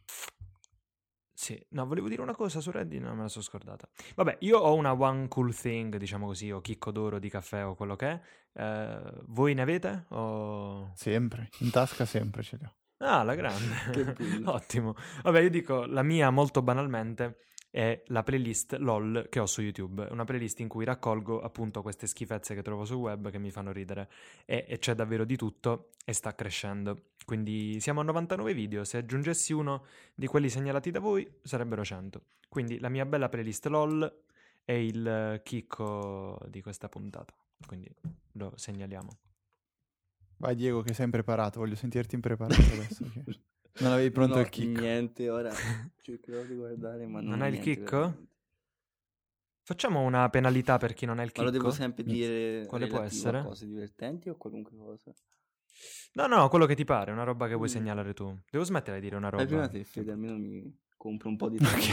Sì, no, volevo dire una cosa su Reddit, no, me la sono scordata. Vabbè, io ho una one cool thing, diciamo così, o chicco d'oro di caffè o quello che è. Eh, voi ne avete? O... Sempre, in tasca sempre ce li ho. Ah, la grande. Che bello. Ottimo. Vabbè, io dico, la mia molto banalmente è la playlist LOL che ho su YouTube. Una playlist in cui raccolgo appunto queste schifezze che trovo sul web che mi fanno ridere. E, e c'è davvero di tutto e sta crescendo. Quindi siamo a novantanove video. Se aggiungessi uno di quelli segnalati da voi, sarebbero cento. Quindi la mia bella playlist LOL è il chicco di questa puntata. Quindi lo segnaliamo. Vai Diego che sei impreparato, voglio sentirti impreparato adesso. Che non avevi pronto Non ho il kick. niente, ora cercherò di guardare, ma non, Non ho hai il niente chicco? veramente. Facciamo una penalità per chi non ha il Ma lo chicco? devo sempre dire Quale può relativo essere? a cose divertenti o qualunque cosa? No, no, quello che ti pare, una roba che vuoi Mm. segnalare tu. Devo smettere di dire una roba. Fai prima te, Fede, almeno mi compro un po' di tempo.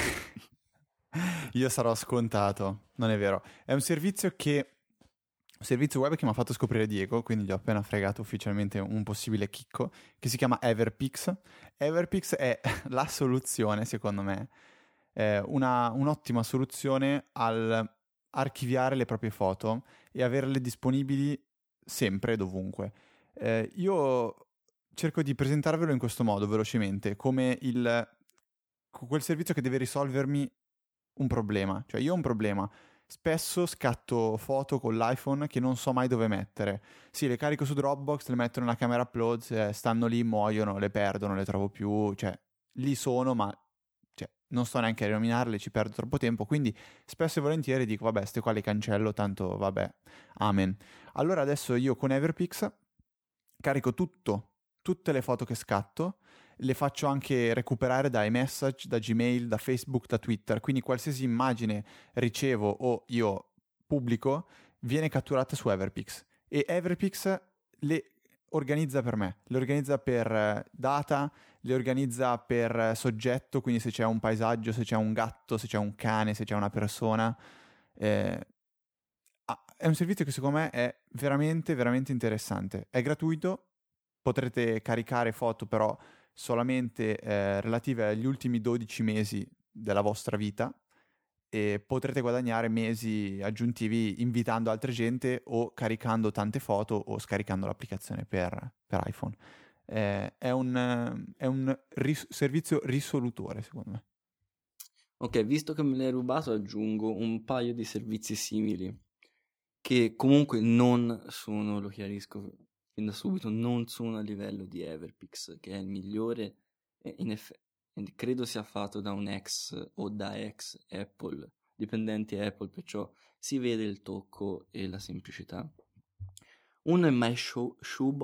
Io sarò scontato, non è vero. È un servizio che un servizio web che mi ha fatto scoprire Diego, quindi gli ho appena fregato ufficialmente un possibile chicco, che si chiama Everpix. Everpix è la soluzione, secondo me, eh, una, un'ottima soluzione al archiviare le proprie foto e averle disponibili sempre e dovunque. Eh, io cerco di presentarvelo in questo modo, velocemente, come il, quel servizio che deve risolvermi un problema. Cioè io ho un problema. Spesso scatto foto con l'iPhone che non so mai dove mettere. Sì, le carico su Dropbox, le metto nella camera upload, se stanno lì, muoiono, le perdo, non le trovo più. Cioè, lì sono, ma cioè, non sto neanche a rinominarle, ci perdo troppo tempo. Quindi spesso e volentieri dico, vabbè, ste qua le cancello, tanto vabbè, amen. Allora adesso io con Everpix carico tutto, tutte le foto che scatto, le faccio anche recuperare da iMessage, da Gmail, da Facebook, da Twitter, quindi qualsiasi immagine ricevo o io pubblico viene catturata su Everpix e Everpix le organizza per me, le organizza per eh, data, le organizza per eh, soggetto, quindi se c'è un paesaggio, se c'è un gatto, se c'è un cane, se c'è una persona. Eh, ah, è un servizio che secondo me è veramente, veramente interessante. È gratuito, potrete caricare foto però solamente eh, relative agli ultimi dodici mesi della vostra vita e potrete guadagnare mesi aggiuntivi invitando altre gente o caricando tante foto o scaricando l'applicazione per, per iPhone. Eh, è un, eh, è un ris- servizio risolutore, secondo me. Ok, visto che me l'hai rubato, aggiungo un paio di servizi simili, che comunque non sono, lo chiarisco fin da subito, non sono a livello di Everpix, che è il migliore, e in effetti credo sia fatto da un ex o da ex Apple, dipendenti Apple, perciò si vede il tocco e la semplicità. Uno è My Show,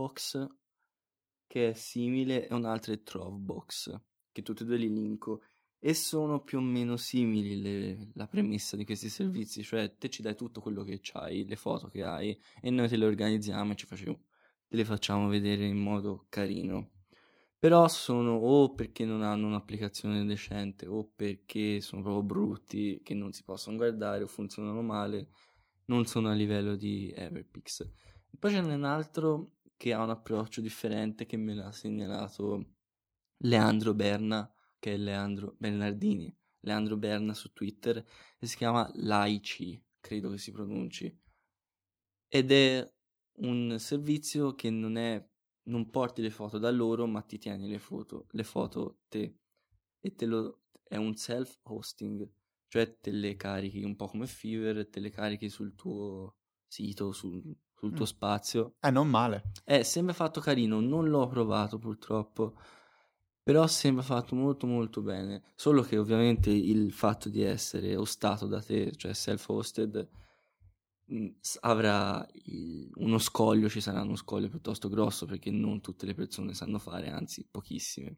Shoebox, che è simile, e un altro è Trovbox, che tutti e due li linko. e sono più o meno simili le- la premessa di questi servizi, cioè te ci dai tutto quello che hai, le foto che hai, e noi te le organizziamo e ci facciamo, te le facciamo vedere in modo carino. Però sono o perché non hanno un'applicazione decente o perché sono proprio brutti, che non si possono guardare o funzionano male, non sono a livello di Everpix. Poi ce n'è un altro che ha un approccio differente che me l'ha segnalato Leandro Berna, che è Leandro Bernardini, Leandro Berna su Twitter, e si chiama Laici, credo che si pronunci. Ed è un servizio che non è, non porti le foto da loro, ma ti tieni le foto, le foto te. E te lo, è un self-hosting, cioè te le carichi un po' come Fiverr, te le carichi sul tuo sito, sul, sul tuo Mm. spazio. Eh, non male. Eh, sembra fatto carino, non l'ho provato purtroppo, però sembra fatto molto molto bene, solo che ovviamente il fatto di essere hostato da te, cioè self-hosted, mh, s- avrà il- uno scoglio, ci sarà uno scoglio piuttosto grosso perché non tutte le persone sanno fare, anzi pochissime.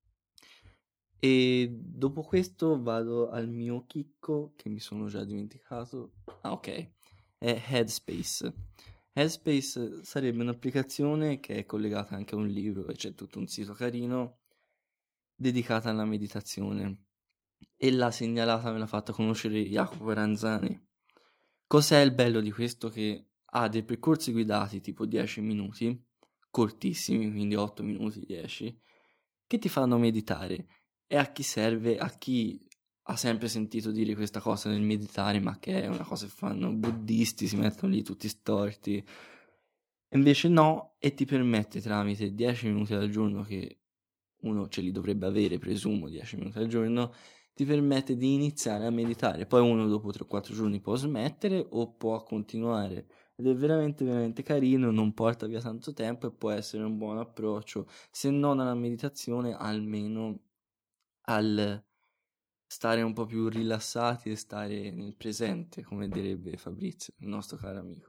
E dopo questo vado al mio chicco che mi sono già dimenticato. Ah, ok, è Headspace. Headspace sarebbe un'applicazione che è collegata anche a un libro e c'è tutto un sito carino dedicata alla meditazione. E l'ha segnalata, me l'ha fatta conoscere Jacopo Ranzani. Cos'è il bello di questo? Che ha dei percorsi guidati tipo dieci minuti, cortissimi, quindi otto minuti, dieci, che ti fanno meditare. E a chi serve? A chi ha sempre sentito dire questa cosa nel meditare, ma che è una cosa che fanno buddisti, si mettono lì tutti storti. Invece no, e ti permette tramite dieci minuti al giorno, che uno ce li dovrebbe avere, presumo, dieci minuti al giorno, ti permette di iniziare a meditare. Poi uno dopo tre o quattro giorni può smettere o può continuare. Ed è veramente, veramente carino, non porta via tanto tempo e può essere un buon approccio, se non alla meditazione, almeno al stare un po' più rilassati e stare nel presente, come direbbe Fabrizio, il nostro caro amico.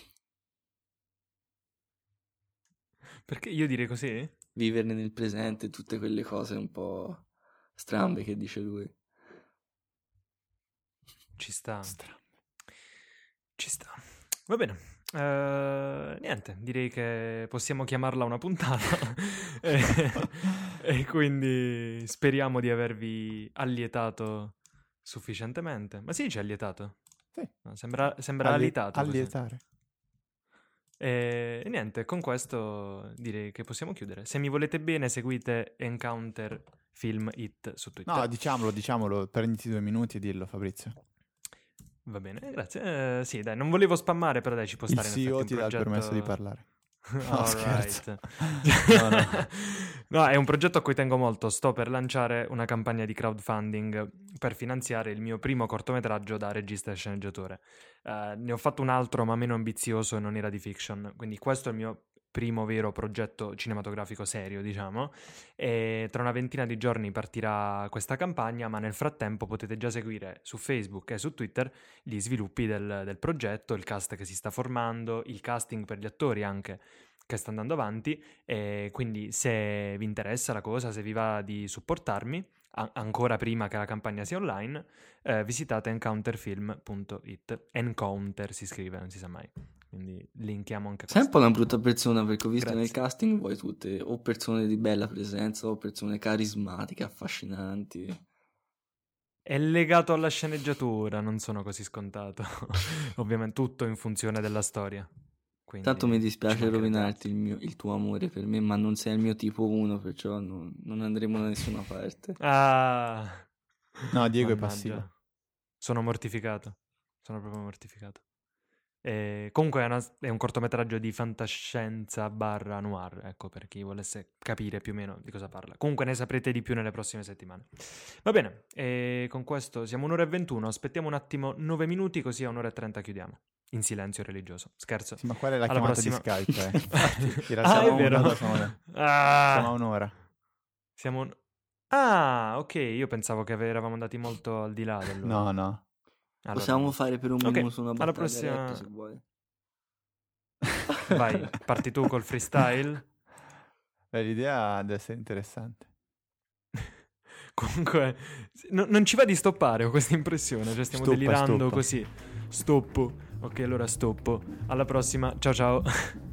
Perché io direi così? Viverne nel presente, tutte quelle cose un po' strambe che dice lui. Ci sta. Strambe. Ci sta. Va bene. Eh, niente, direi che possiamo chiamarla una puntata. e, e quindi speriamo di avervi allietato sufficientemente. Ma si dice allietato? Sì. No, sembra sembra Allie- allietato così. Allietare. E, e niente, con questo direi che possiamo chiudere. Se mi volete bene, seguite Encounter Film It su Twitter. No, diciamolo, diciamolo, prenditi due minuti e dillo, Fabrizio. Va bene, eh, grazie. Eh, sì, dai, non volevo spammare, però dai, ci può Il stare in C E O effetti ti un dà il progetto... permesso di parlare. No, All scherzo. right. No, no. No, è un progetto a cui tengo molto. Sto per lanciare una campagna di crowdfunding per finanziare il mio primo cortometraggio da regista e sceneggiatore. Eh, ne ho fatto un altro, ma meno ambizioso e non era di fiction. Quindi questo è il mio primo vero progetto cinematografico serio, diciamo. E tra una ventina di giorni partirà questa campagna, ma nel frattempo potete già seguire su Facebook e su Twitter gli sviluppi del, del progetto, il cast che si sta formando, il casting per gli attori anche che sta andando avanti, e quindi se vi interessa la cosa, se vi va di supportarmi, a- ancora prima che la campagna sia online, eh, visitate encounterfilm punto it. Encounter si scrive, non si sa mai, quindi linkiamo anche Sei un questo. po' una brutta persona perché ho visto nel Grazie. casting voi tutte o persone di bella presenza o persone carismatiche, affascinanti. È legato alla sceneggiatura, non sono così scontato. Ovviamente tutto in funzione della storia. Quindi Tanto mi ci dispiace mancherebbe rovinarti altro. il, mio- il tuo amore per me, ma non sei il mio tipo uno, perciò non, non andremo da nessuna parte. Ah, No, Diego è mannaggia. passivo. Sono mortificato. Sono proprio mortificato. E comunque è, una- è un cortometraggio di fantascienza barra noir, ecco, per chi volesse capire più o meno di cosa parla. Comunque ne saprete di più nelle prossime settimane. Va bene, e con questo siamo un'ora e ventuno, aspettiamo un attimo nove minuti, così a un'ora e trenta chiudiamo. In silenzio religioso. Scherzo. Sì, ma qual è la Alla chiamata prossima. di Skype? Eh? Infatti, in realtà Ah, è siamo a vero. un'ora, siamo, siamo Ah, a un'ora. siamo... un- Ah, ok, io pensavo che eravamo andati molto al di là dell'ora. No, no. Allora, Possiamo no. fare per un Ok, minuto una alla battaglia prossima- rap se vuoi. Vai, parti tu col freestyle? Beh, l'idea deve essere interessante. Comunque, no, non ci va di stoppare, ho questa impressione. Cioè, stiamo Stoppa, delirando stoppa. così. Stoppo. Ok, allora stoppo. Alla prossima. Ciao ciao.